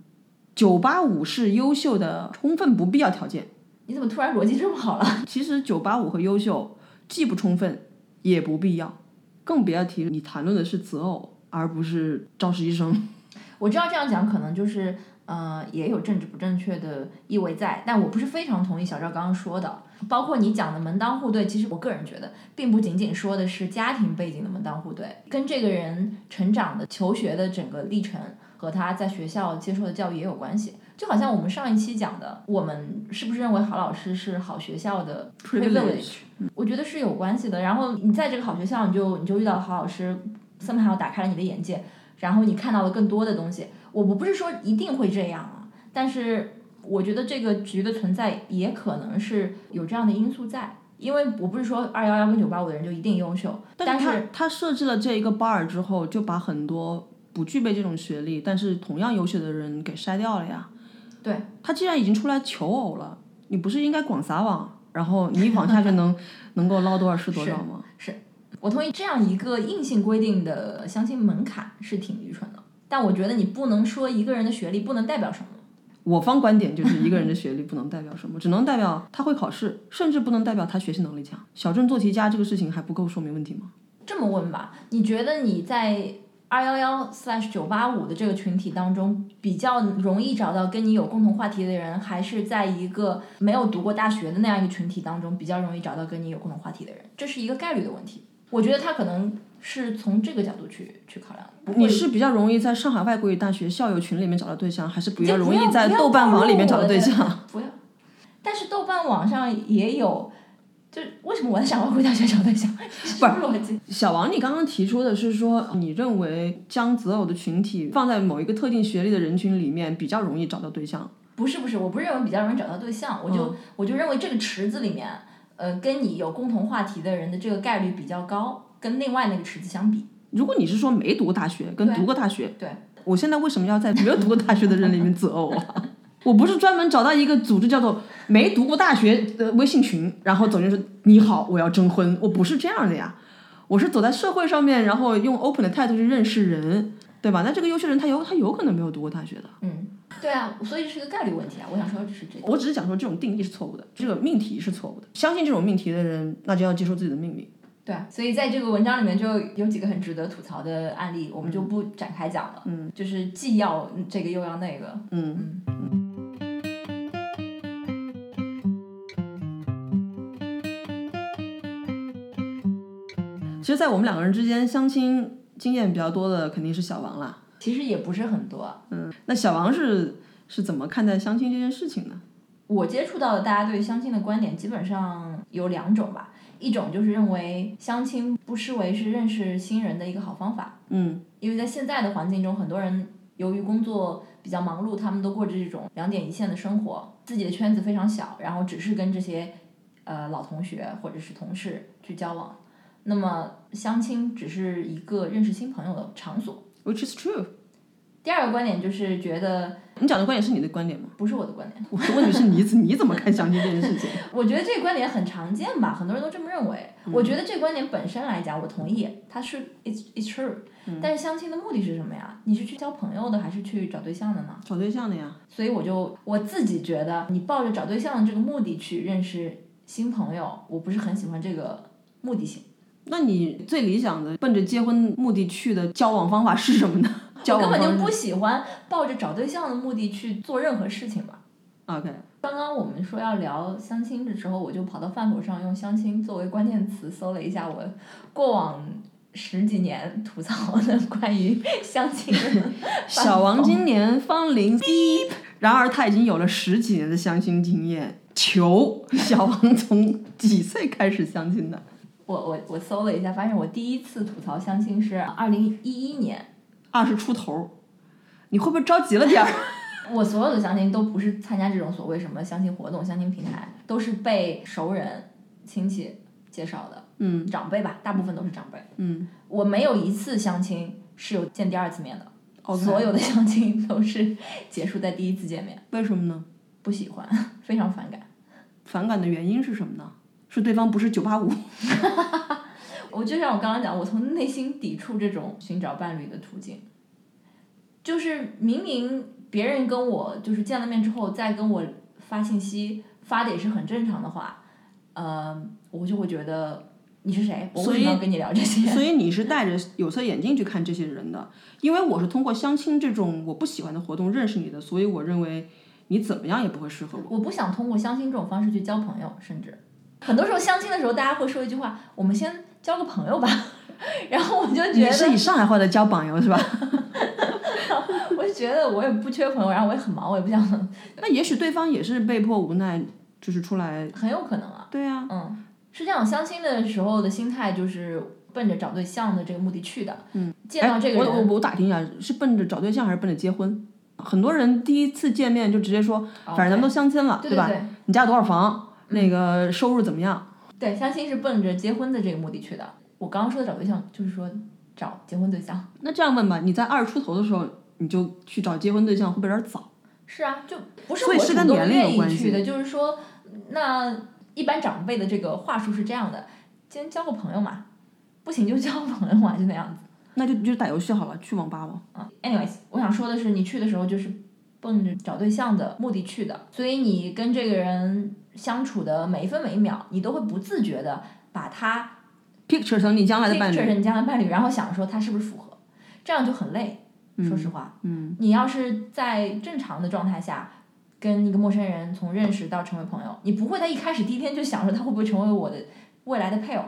？985是优秀的充分不必要条件。
你怎么突然逻辑这么好了？
其实985和优秀既不充分也不必要，更不要提你谈论的是择偶而不是招实习生。
我知道这样讲可能就是也有政治不正确的意味在，但我不是非常同意小赵刚刚说的，包括你讲的门当户对，其实我个人觉得并不仅仅说的是家庭背景的门当户对，跟这个人成长的求学的整个历程和他在学校接受的教育也有关系。就好像我们上一期讲的，我们是不是认为好老师是好学校的 privilege， 我觉得是有关系的。然后你在这个好学校，你就遇到好老师 somehow 打开了你的眼界，然后你看到了更多的东西。我不是说一定会这样啊，但是我觉得这个局的存在也可能是有这样的因素在，因为我不是说211跟985的人就一定优秀，但是
他设置了这一个 bar 之后，就把很多不具备这种学历但是同样优秀的人给筛掉了呀。
对，
他既然已经出来求偶了，你不是应该广撒网，然后你一网下去能够捞多少是多少吗？
是，我同意这样一个硬性规定的相亲门槛是挺愚蠢的。但我觉得你不能说一个人的学历不能代表什么。
我方观点就是一个人的学历不能代表什么，只能代表他会考试，甚至不能代表他学习能力强。小镇做题家这个事情还不够说明问题吗？
这么问吧，你觉得你在 211/985的这个群体当中，比较容易找到跟你有共同话题的人，还是在一个没有读过大学的那样一个群体当中比较容易找到跟你有共同话题的人？这是一个概率的问题。我觉得他可能是从这个角度去考量的。
你是比较容易在上海外国语大学校友群里面找到对象，还是比较容易在豆瓣网里面找到对象？
不要。但是豆瓣网上也有。就为什么我在上海外国语大学找对象？
不是小王，你刚刚提出的是说，你认为将择偶的群体放在某一个特定学历的人群里面比较容易找到对象？
不是，我不认为比较容易找到对象，我就认为这个池子里面，跟你有共同话题的人的这个概率比较高，跟另外那个池子相比。
如果你是说没读过大学跟读过大学，
对，
我现在为什么要在没有读过大学的人里面择偶啊？我不是专门找到一个组织叫做没读过大学的微信群，然后走进说你好我要征婚，我不是这样的呀，我是走在社会上面，然后用 open 的态度去认识人，对吧？那这个优秀人他有可能没有读过大学的。
对啊，所以这是个概率问题啊。我想说的是这个。
我只是讲说这种定义是错误的，这个命题是错误的。相信这种命题的人，那就要接受自己的命运。
对，所以在这个文章里面就有几个很值得吐槽的案例，我们就不展开讲了。就是既要这个又要那个。
其实在我们两个人之间相亲经验比较多的肯定是小王啦。
其实也不是很多。
那小王是怎么看待相亲这件事情呢？
我接触到的大家对相亲的观点基本上有2种吧。一种就是认为相亲不失为是认识新人的一个好方法。因为在现在的环境中，很多人由于工作比较忙碌，他们都过着这种2点一线的生活，自己的圈子非常小，然后只是跟这些老同学或者是同事去交往。那么相亲只是一个认识新朋友的场所。
Which is true。
第二个观点就是觉得，
你讲的观点是你的观点吗？
不是我的观点。
我的问题是你怎么看相亲这件事情？
我觉得这个观点很常见吧，很多人都这么认为。我觉得这个观点本身来讲，我同意，它是 it's true。但是相亲的目的是什么呀？你是去交朋友的，还是去找对象的呢？
找对象的呀。
所以我自己觉得，你抱着找对象的这个目的去认识新朋友，我不是很喜欢这个目的性。
那你最理想的奔着结婚目的去的交往方法是什么呢？
我根本就不喜欢抱着找对象的目的去做任何事情吧。
OK。
刚刚我们说要聊相亲的时候，我就跑到饭否上用相亲作为关键词搜了一下我过往10几年吐槽的关于相亲的
小王今年芳龄低，然而他已经有了10几年的相亲经验。求小王从几岁开始相亲的？
我搜了一下，发现我第一次吐槽相亲是2011年
，20出头，你会不会着急了点儿？
我所有的相亲都不是参加这种所谓什么相亲活动、相亲平台，都是被熟人、亲戚介绍的。长辈吧，大部分都是长辈。我没有一次相亲是有见第2次面的。
Okay.
所有的相亲都是结束在第1次见面。
为什么呢？
不喜欢，非常反感。
反感的原因是什么呢？是对方不是985。
我就像我刚刚讲，我从内心抵触这种寻找伴侣的途径。就是明明别人跟我就是见了面之后再跟我发信息，发的也是很正常的话，我就会觉得你是谁？我为什么要跟你聊这些？
所以你是戴着有色眼镜去看这些人的。因为我是通过相亲这种我不喜欢的活动认识你的，所以我认为你怎么样也不会适合我。
我不想通过相亲这种方式去交朋友，甚至很多时候相亲的时候大家会说一句话，我们先交个朋友吧。然后我就觉得
你是以上海话的交朋友是吧？
我就觉得我也不缺朋友，然后我也很忙，我也不想。
那也许对方也是被迫无奈就是出来。
很有可能啊。
对啊。
是这样，相亲的时候的心态就是奔着找对象的这个目的去的。见到这个人，
我打听一下，是奔着找对象还是奔着结婚？很多人第一次见面就直接说，反正咱们都相亲了，
对
吧？你家有多少房？那个收入怎么样？
对，相亲是奔着结婚的这个目的去的。我刚刚说的找对象就是说找结婚对象。
那这样问吧，你在20出头的时候你就去找结婚对象，会不会有点早？
是啊，就不是我主动愿意去的，就是说，那一般长辈的这个话术是这样的：先交个朋友嘛，不行就交朋友嘛，就那样子。
那就打游戏好了，去网吧吧。
anyways， 我想说的是，你去的时候就是奔着找对象的目的去的，所以你跟这个人相处的每一分每一秒，你都会不自觉的把他
picture 成你将来的伴侣，
然后想说他是不是符合。 这样就很累，说实话。你要是在正常的状态下跟一个陌生人从认识到成为朋友，你不会在一开始第一天就想着他会不会成为我的未来的配偶。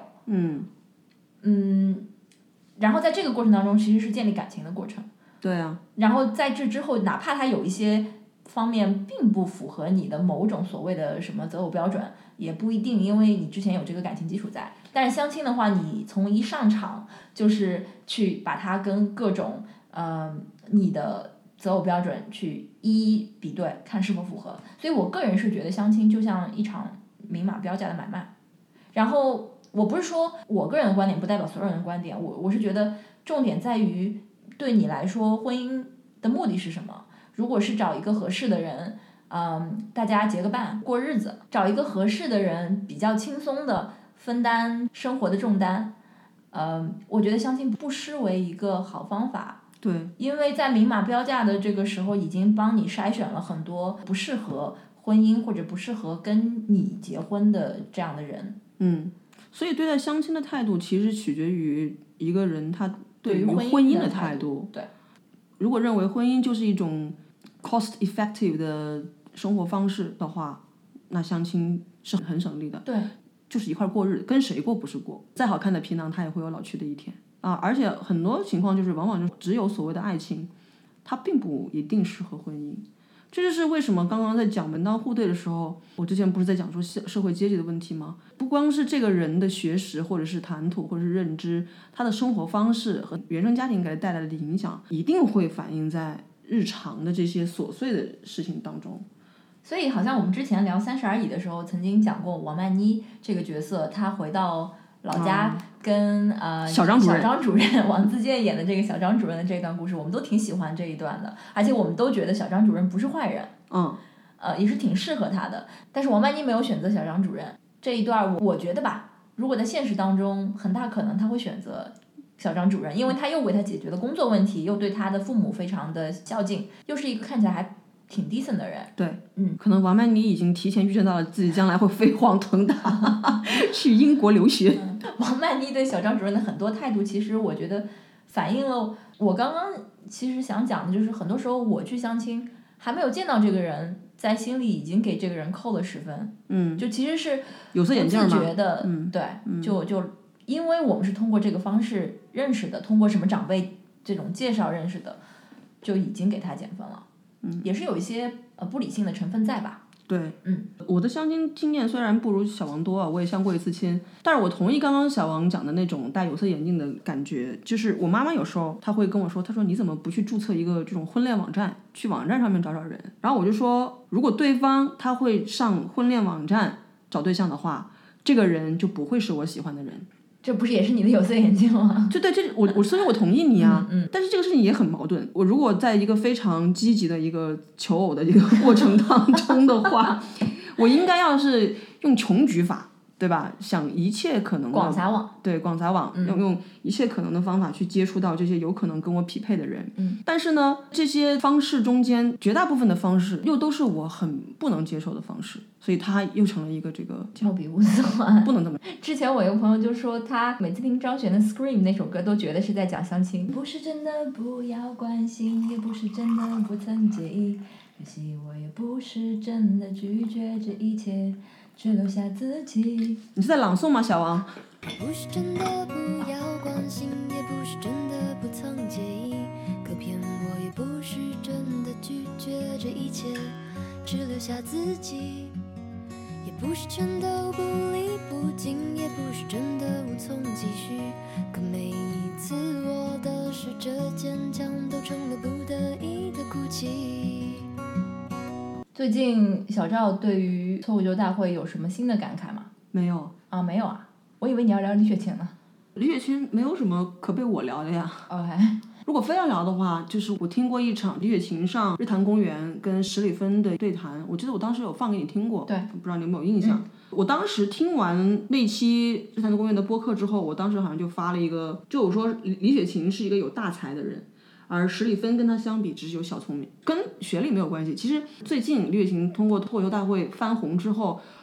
然后在这个过程当中其实是建立感情的过程。
对啊。
然后在这之后，哪怕他有一些方面并不符合你的某种所谓的什么择偶标准，也不一定，因为你之前有这个感情基础在。但是相亲的话，你从一上场就是去把它跟各种你的择偶标准去一一比对，看是否符合。所以我个人是觉得相亲就像一场明码标价的买卖。然后我不是说我个人的观点不代表所有人的观点，我是觉得重点在于对你来说婚姻的目的是什么。如果是找一个合适的人，大家结个伴过日子，找一个合适的人比较轻松的分担生活的重担，我觉得相亲不失为一个好方法。
对，
因为在明码标价的这个时候已经帮你筛选了很多不适合婚姻或者不适合跟你结婚的这样的人。
所以对待相亲的态度其实取决于一个人他对于婚姻的态度。
对，
如果认为婚姻就是一种 cost effective 的生活方式的话，那相亲是很省力的。
对，
就是一块过日子，跟谁过不是过。再好看的皮囊它也会有老去的一天啊！而且很多情况就是往往就只有所谓的爱情，它并不一定适合婚姻。这就是为什么刚刚在讲门当户对的时候，我之前不是在讲说社会阶级的问题吗？不光是这个人的学识或者是谈吐或者是认知，他的生活方式和原生家庭给他带来的影响一定会反映在日常的这些琐碎的事情当中。
所以好像我们之前聊《30而已》的时候曾经讲过王曼妮这个角色，她回到老家跟
小张
主任王自健演的这个小张主任的这段故事，我们都挺喜欢这一段的，而且我们都觉得小张主任不是坏人，也是挺适合他的。但是王曼妮没有选择小张主任这一段，我觉得吧，如果在现实当中，很大可能他会选择小张主任，因为他又为他解决了工作问题，又对他的父母非常的孝敬，又是一个看起来还挺 decent 的人。
对，可能王曼妮已经提前预见到了自己将来会飞黄腾达去英国留学。
王曼妮对小张主任的很多态度，其实我觉得反映了我刚刚其实想讲的，就是很多时候我去相亲还没有见到这个人，在心里已经给这个人扣了10分。就其实是
有色眼镜吗？
不自觉的，对，就因为我们是通过这个方式认识的，通过什么长辈这种介绍认识的，就已经给他减分了。也是有一些不理性的成分在吧。
对，我的相亲经验虽然不如小王多啊，我也相过一次亲，但是我同意刚刚小王讲的那种戴有色眼镜的感觉。就是我妈妈有时候她会跟我说，她说你怎么不去注册一个这种婚恋网站，去网站上面找找人。然后我就说，如果对方他会上婚恋网站找对象的话，这个人就不会是我喜欢的人。
这不是也是你的有色眼镜吗？
就对，所以我同意你啊。但是这个事情也很矛盾。我如果在一个非常积极的一个求偶的一个过程当中的话，我应该要是用穷举法，对吧？想一切可能的
广撒网，
对，广撒网，用一切可能的方法去接触到这些有可能跟我匹配的人。但是呢，这些方式中间绝大部分的方式又都是我很不能接受的方式。所以他又成了一个这个
莫比乌斯环，
不能这么。
之前我一个朋友就说，他每次听张悬的《Scream》那首歌，都觉得是在讲相亲。不是真的不要关心，也不是真的不曾介意，可惜我也不是真的拒绝这一切，只留下自己。
你是在朗诵吗，小王？
不是真的不要关心，也不是真的不曾介意，可偏我也不是真的拒绝这一切，只留下自己。也不是全都不离不弃，也不是真的无从继续，可每一次我的试着坚强，都成了不得已的哭泣。
最近小赵对于脱口秀大会有什么新的感慨吗？
没有
啊，没有啊，我以为你要聊李雪琴呢。
李雪琴没有什么可被我聊的呀。
OK。
如果非要聊的话，就是我听过一场李雪琴上日坛公园跟史里芬的对谈，我记得我当时有放给你听过，
对，
不知道你有没有印象。我当时听完那期日坛公园的播客之后，我当时好像就发了一个，就我说李雪琴是一个有大才的人，而史里芬跟他相比只是有小聪明，跟学历没有关系。其实最近李雪琴通过脱口秀大会翻红之后，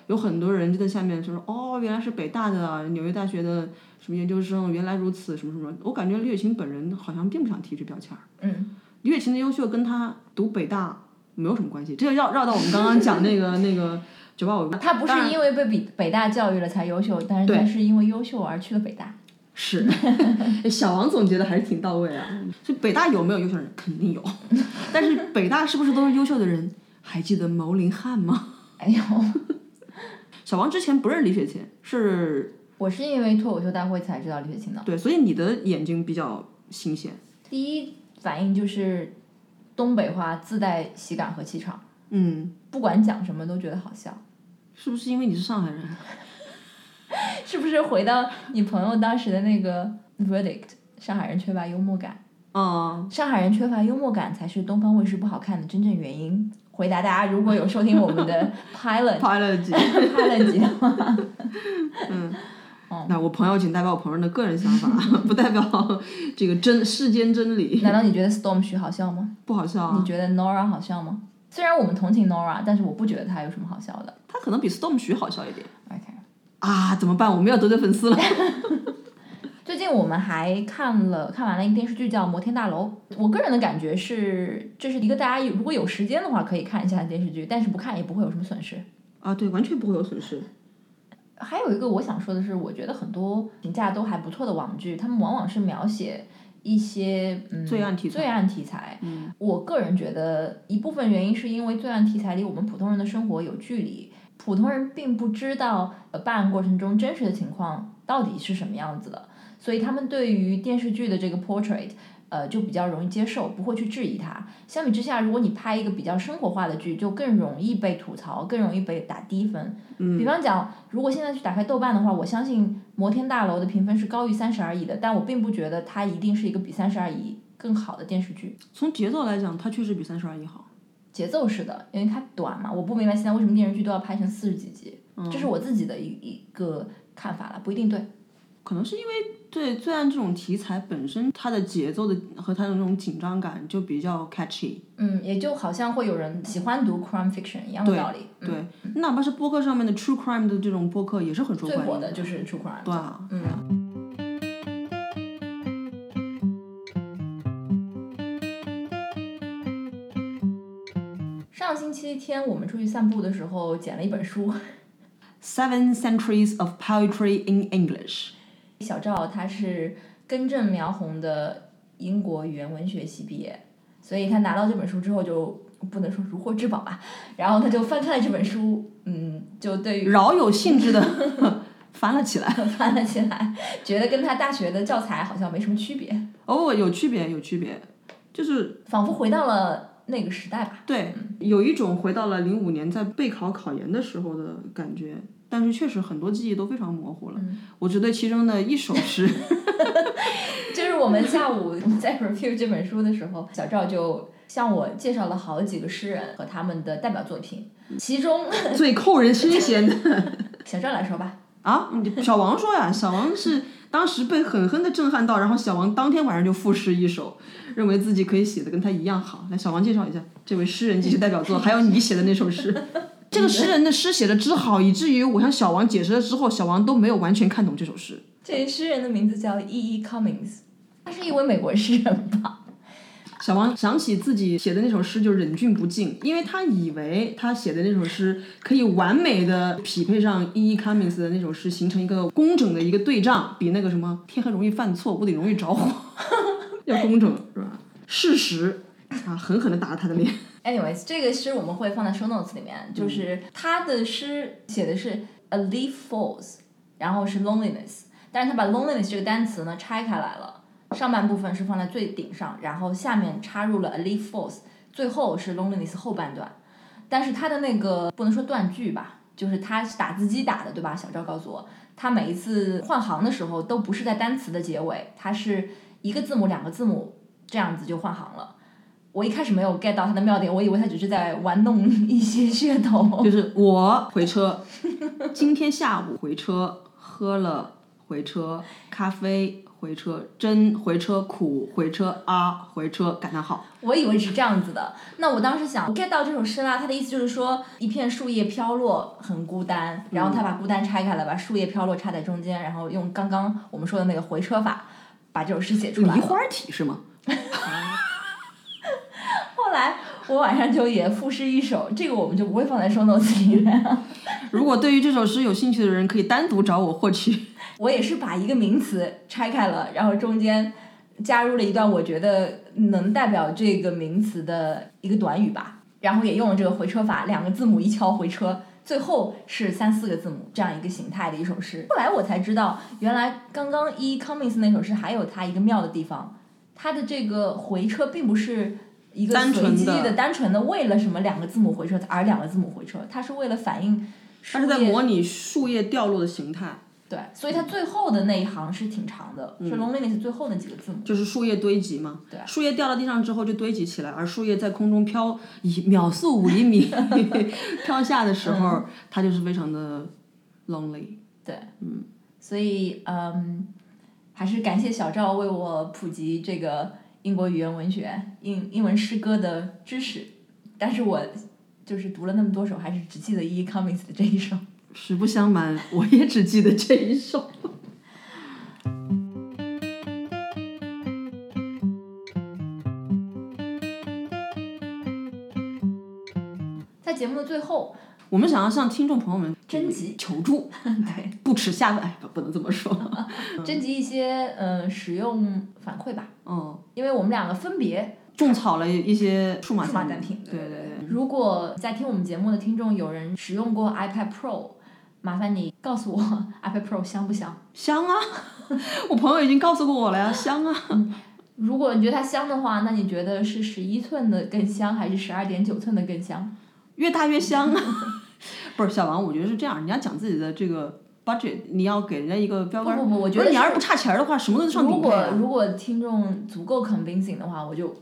有很多人就在下面就说哦，原来是北大的纽约大学的什么研究生，原来如此什么什么。我感觉李雪琴本人好像并不想提这标签。李雪琴的优秀跟她读北大没有什么关系，这个绕到我们刚刚讲那个985。
她不是因为被北大教育了才优秀，但是她是因为优秀而去了北大。
是，小王总结的还是挺到位啊。就北大有没有优秀人？肯定有，但是北大是不是都是优秀的人？还记得牟林汉吗？
哎呦，
小王之前不认识李雪琴，
我是因为脱口秀大会才知道李雪琴的。
对，所以你的眼睛比较新鲜。
第一反应就是东北话自带喜感和气场，不管讲什么都觉得好笑。
是不是因为你是上海人？
是不是回到你朋友当时的那个 verdict， 上海人缺乏幽默感？上海人缺乏幽默感才是东方卫视不好看的真正原因。回答大家，如果有收听我们的 pilot 集的话，
那我朋友仅代表我朋友的个人想法，不代表这个世间真理。
难道你觉得 Storm 徐好笑吗？
不好笑啊。
你觉得 Nora 好笑吗？虽然我们同情 Nora， 但是我不觉得她有什么好笑的。
她可能比 Storm 徐好笑一点。
OK。
怎么办？我们要得罪粉丝了。
最近我们还看完了一个电视剧叫《摩天大楼》，我个人的感觉是，这是一个大家如果有时间的话可以看一下的电视剧，但是不看也不会有什么损失。
对，完全不会有损失。
还有一个我想说的是，我觉得很多评价都还不错的网剧，他们往往是描写一些
罪案
题材。我个人觉得一部分原因是因为罪案题材离我们普通人的生活有距离，普通人并不知道办案过程中真实的情况到底是什么样子的，所以他们对于电视剧的这个 portrait就比较容易接受，不会去质疑它。相比之下，如果你拍一个比较生活化的剧，就更容易被吐槽，更容易被打低分。比方讲，如果现在去打开豆瓣的话，我相信摩天大楼的评分是高于30而已的，但我并不觉得它一定是一个比30而已更好的电视剧。
从节奏来讲，它确实比30而已好。
节奏是的，因为它短嘛，我不明白现在为什么电视剧都要拍成40几集，这是我自己的一个看法了，不一定对。
可能是因为对罪案这种题材本身，它的节奏的和它的那种紧张感就比较 catchy。
也就好像会有人喜欢读 crime fiction 一样的道理。
对，哪怕是播客上面的 true crime 的这种播客也是很受欢迎的。
最火的就是 true crime。
对啊。
上星期天我们出去散步的时候捡了一本书
Seven Centuries of Poetry in English。
小赵他是根正苗红的英国语言文学系毕业，所以他拿到这本书之后就不能说如获至宝吧，然后他就翻开了这本书，就对于
饶有兴致的翻了起来，
觉得跟他大学的教材好像没什么区别。
有区别，就是
仿佛回到了那个时代吧。
对，有一种回到了05年在备考研的时候的感觉。但是确实很多记忆都非常模糊了。我只对其中的一首诗
就是我们下午在 review 这本书的时候，小赵就向我介绍了好几个诗人和他们的代表作品，其中
最扣人心弦的
小赵来说吧。
小王说呀，小王是当时被狠狠的震撼到，然后小王当天晚上就赋诗一首，认为自己可以写的跟他一样好。来，小王介绍一下这位诗人及其代表作，还有你写的那首诗。这个诗人的诗写的之好，以至于我向小王解释了之后，小王都没有完全看懂这首诗。
这位诗人的名字叫 E.E. Cummings， 他是一位美国诗人吧。
小王想起自己写的那首诗就忍俊不禁，因为他以为他写的那首诗可以完美的匹配上 E.E. Cummings 的那首诗，形成一个工整的一个对仗，比那个什么天黑容易犯错，屋顶容易着火要工整是吧？事实狠狠的打了他的脸。
Anyways， 这个诗我们会放在 show notes 里面，就是他的诗写的是 a leaf falls， 然后是 loneliness， 但是他把 loneliness 这个单词呢拆开来了，上半部分是放在最顶上，然后下面插入了 a leaf falls， 最后是 loneliness 后半段。但是他的那个不能说断句吧，就是他是打字机打的，对吧？小赵告诉我，他每一次换行的时候都不是在单词的结尾，他是一个字母2个字母这样子就换行了。我一开始没有 get 到他的妙点，我以为他只是在玩弄一些噱头。
就是我回车，今天下午回车，喝了回车咖啡回车，真回车，苦回车，回车，感叹号。
我以为是这样子的，那我当时想 get 到这首诗啦，他的意思就是说一片树叶飘落很孤单，然后他把孤单拆开了，把树叶飘落插在中间，然后用刚刚我们说的那个回车法把这首诗写出来了。
梨花体是吗？
后来我晚上就也赋诗一首，这个我们就不会放在 show notes 里面。
如果对于这首诗有兴趣的人可以单独找我获取。
我也是把一个名词拆开了，然后中间加入了一段我觉得能代表这个名词的一个短语吧，然后也用了这个回车法，2个字母一敲回车，最后是3、4个字母这样一个形态的一首诗。后来我才知道，原来刚刚Cummings 那首诗还有它一个妙的地方，它的这个回车并不是一个随机的单纯的为了什么2个字母回车而2个字母回车，它是为了反映
它是在模拟树叶掉落的形态。
对，所以它最后的那一行是挺长的，是 loneliness 最后那几个字母，
就是树叶堆积嘛。
对，
树叶掉到地上之后就堆积起来，而树叶在空中飘，以秒速5厘米飘下的时候，它就是非常的 lonely。
对，所以还是感谢小赵为我普及这个英国语言文学、英文诗歌的知识，但是我就是读了那么多首，还是只记得Cummings 的这一首。
实不相瞒，我也只记得这一首。
在节目的最后，
我们想要向听众朋友们
征集
求助，
对，
不耻下问，不能这么说，
征集一些使用反馈吧。因为我们2个分别
种草了一些数码
单品。
对对对。
如果在听我们节目的听众有人使用过 iPad Pro， 麻烦你告诉我 iPad Pro 香不香？
香啊，我朋友已经告诉过我了呀，香啊。
如果你觉得它香的话，那你觉得是11寸的更香，还是12.9寸的更香？
越大越香啊！不是小王，我觉得是这样，你要讲自己的这个 budget， 你要给人家一个标杆。
不，我觉得
你要是不差钱的话，什么都上顶配啊。
如果听众足够 convincing 的话，我就。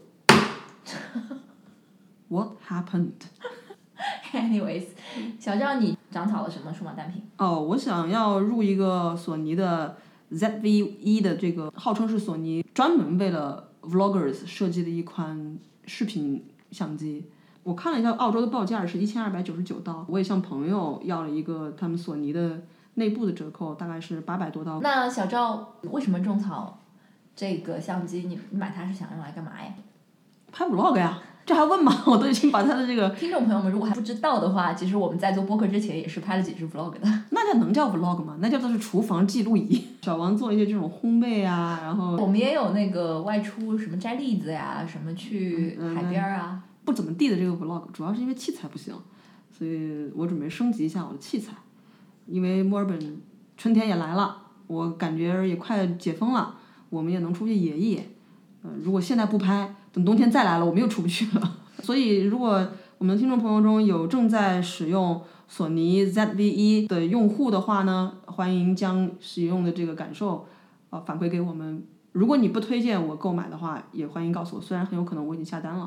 What happened?
Anyways， 小赵，你长草了什么数码单品？
我想要入一个索尼的 ZV-E 的这个，号称是索尼专门为了 vloggers 设计的一款视频相机。我看了一下澳洲的报价是1299刀，我也向朋友要了一个他们索尼的内部的折扣，大概是800多刀。
那小赵为什么种草这个相机？你买它是想用来干嘛呀？
拍 vlog 呀。这还问吗？我都已经把他的这个
听众朋友们如果还不知道的话，其实我们在做播客之前也是拍了几支 vlog 的。
那能叫 vlog 吗？那叫做是厨房记录仪。小王做一些这种烘焙啊，然后
我们也有那个外出什么摘栗子呀，什么去海边啊。
不怎么地的这个 vlog， 主要是因为器材不行，所以我准备升级一下我的器材。因为墨尔本春天也来了，我感觉也快解封了，我们也能出去野一野。如果现在不拍，等冬天再来了，我们又出不去了。所以，如果我们的听众朋友中有正在使用索尼 ZV-E 的用户的话呢，欢迎将使用的这个感受反馈给我们。如果你不推荐我购买的话，也欢迎告诉我，虽然很有可能我已经下单了。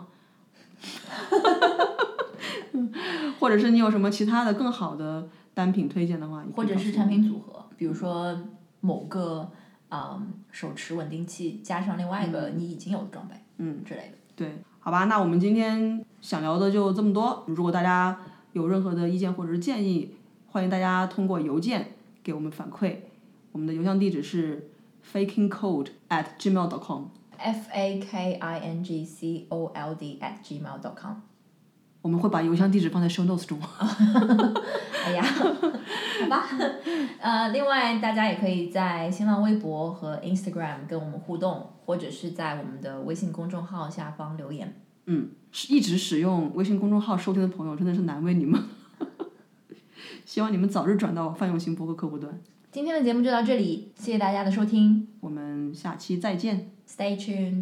或者是你有什么其他的更好的单品推荐的话，
或者是产品组合，比如说某个手持稳定器加上另外一个你已经有的装备，之类的。
对，好吧，那我们今天想聊的就这么多。如果大家有任何的意见或者是建议，欢迎大家通过邮件给我们反馈。我们的邮箱地址是 fakingcold@gmail.com。
fakingcold@gmail.com。
我们会把邮箱地址放在 show notes 中。
哎呀，好吧。另外大家也可以在新浪微博和 Instagram 跟我们互动，或者是在我们的微信公众号下方留言。
一直使用微信公众号收听的朋友真的是难为你们。希望你们早日转到泛用型博客客户端。
今天的节目就到这里，谢谢大家的收听，
我们下期再见。
Stay tuned。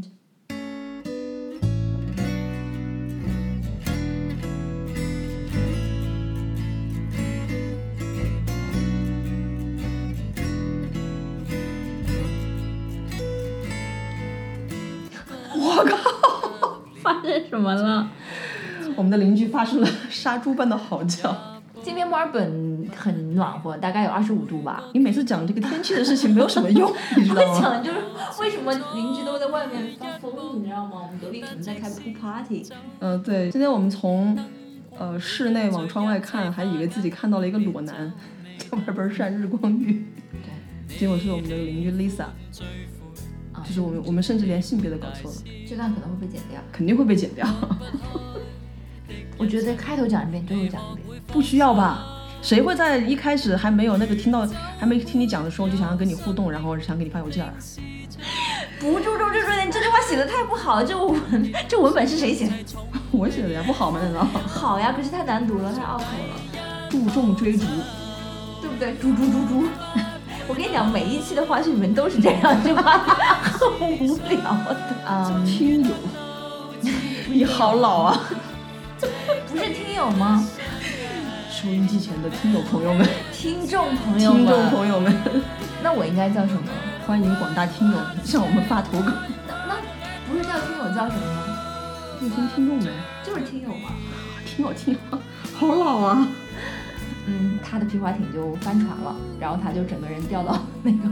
我靠！
发生什么了？
我们的邻居发出了杀猪般的嚎叫。
今天墨尔本很暖和，大概有25度吧。
你每次讲这个天气的事情没有什么用，你知道吗？
我讲就是为什么邻居都在外面发疯，你知道吗？我们隔壁可能在开 pool party。
对，今天我们从室内往窗外看，还以为自己看到了一个裸男，在外边晒日光浴。对，结果是我们的邻居 Lisa。就是我们甚至连性别都搞错了。
这段可能会被剪掉。
肯定会被剪掉。
我觉得开头讲一遍，最后讲一遍。
不需要吧？谁会在一开始还没有那个还没听你讲的时候就想要跟你互动，然后想给你发邮件啊？
不注重这重点，这句话写的太不好了。这文本是谁写的？
我写的呀，不好吗？难道？
好呀，可是太难读了，太拗口了。
注重追逐，
对不对？猪。我跟你讲，每一期的花絮里面都是这样，这话很无聊的。
听友，你好老啊！
不是听友吗？
收音机前的听友朋友们，
听众朋友们， 那我应该叫什么？
欢迎广大听友向我们发投稿。
那不是叫听友叫什么吗？
热心听众们，
就是听友嘛。
听友，好老啊！
他的皮划艇就翻船了，然后他就整个人掉到那个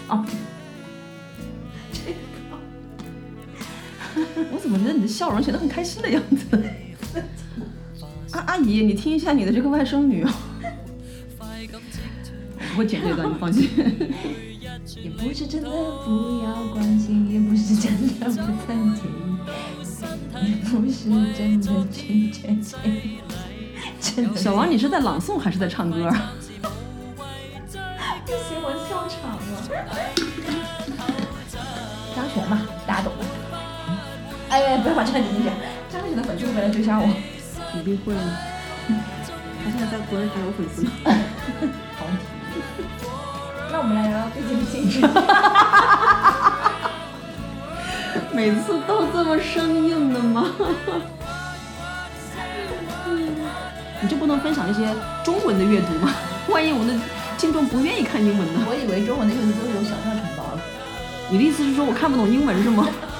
我怎么觉得你的笑容显得很开心的样子？阿姨，你听一下你的这个外甥女。我会剪这段，你放心。
也不是真的不要关心，也不是真的不曾介意，也不是真的拒绝介意。
小王，你是在朗诵还是在唱歌？
不行，我笑场了。张悬嘛，大家懂的。哎，不要把这个剪进去，张悬的粉丝会来追杀我。
一定会。他现在在国内还有粉丝呢。
好。那我们来聊聊最近的新事。
每次都这么生硬的吗？你就不能分享一些中文的阅读吗？万一我们的听众不愿意看英文呢？
我以为中文的阅读都是有小教程包了。
你的意思是说我看不懂英文是吗？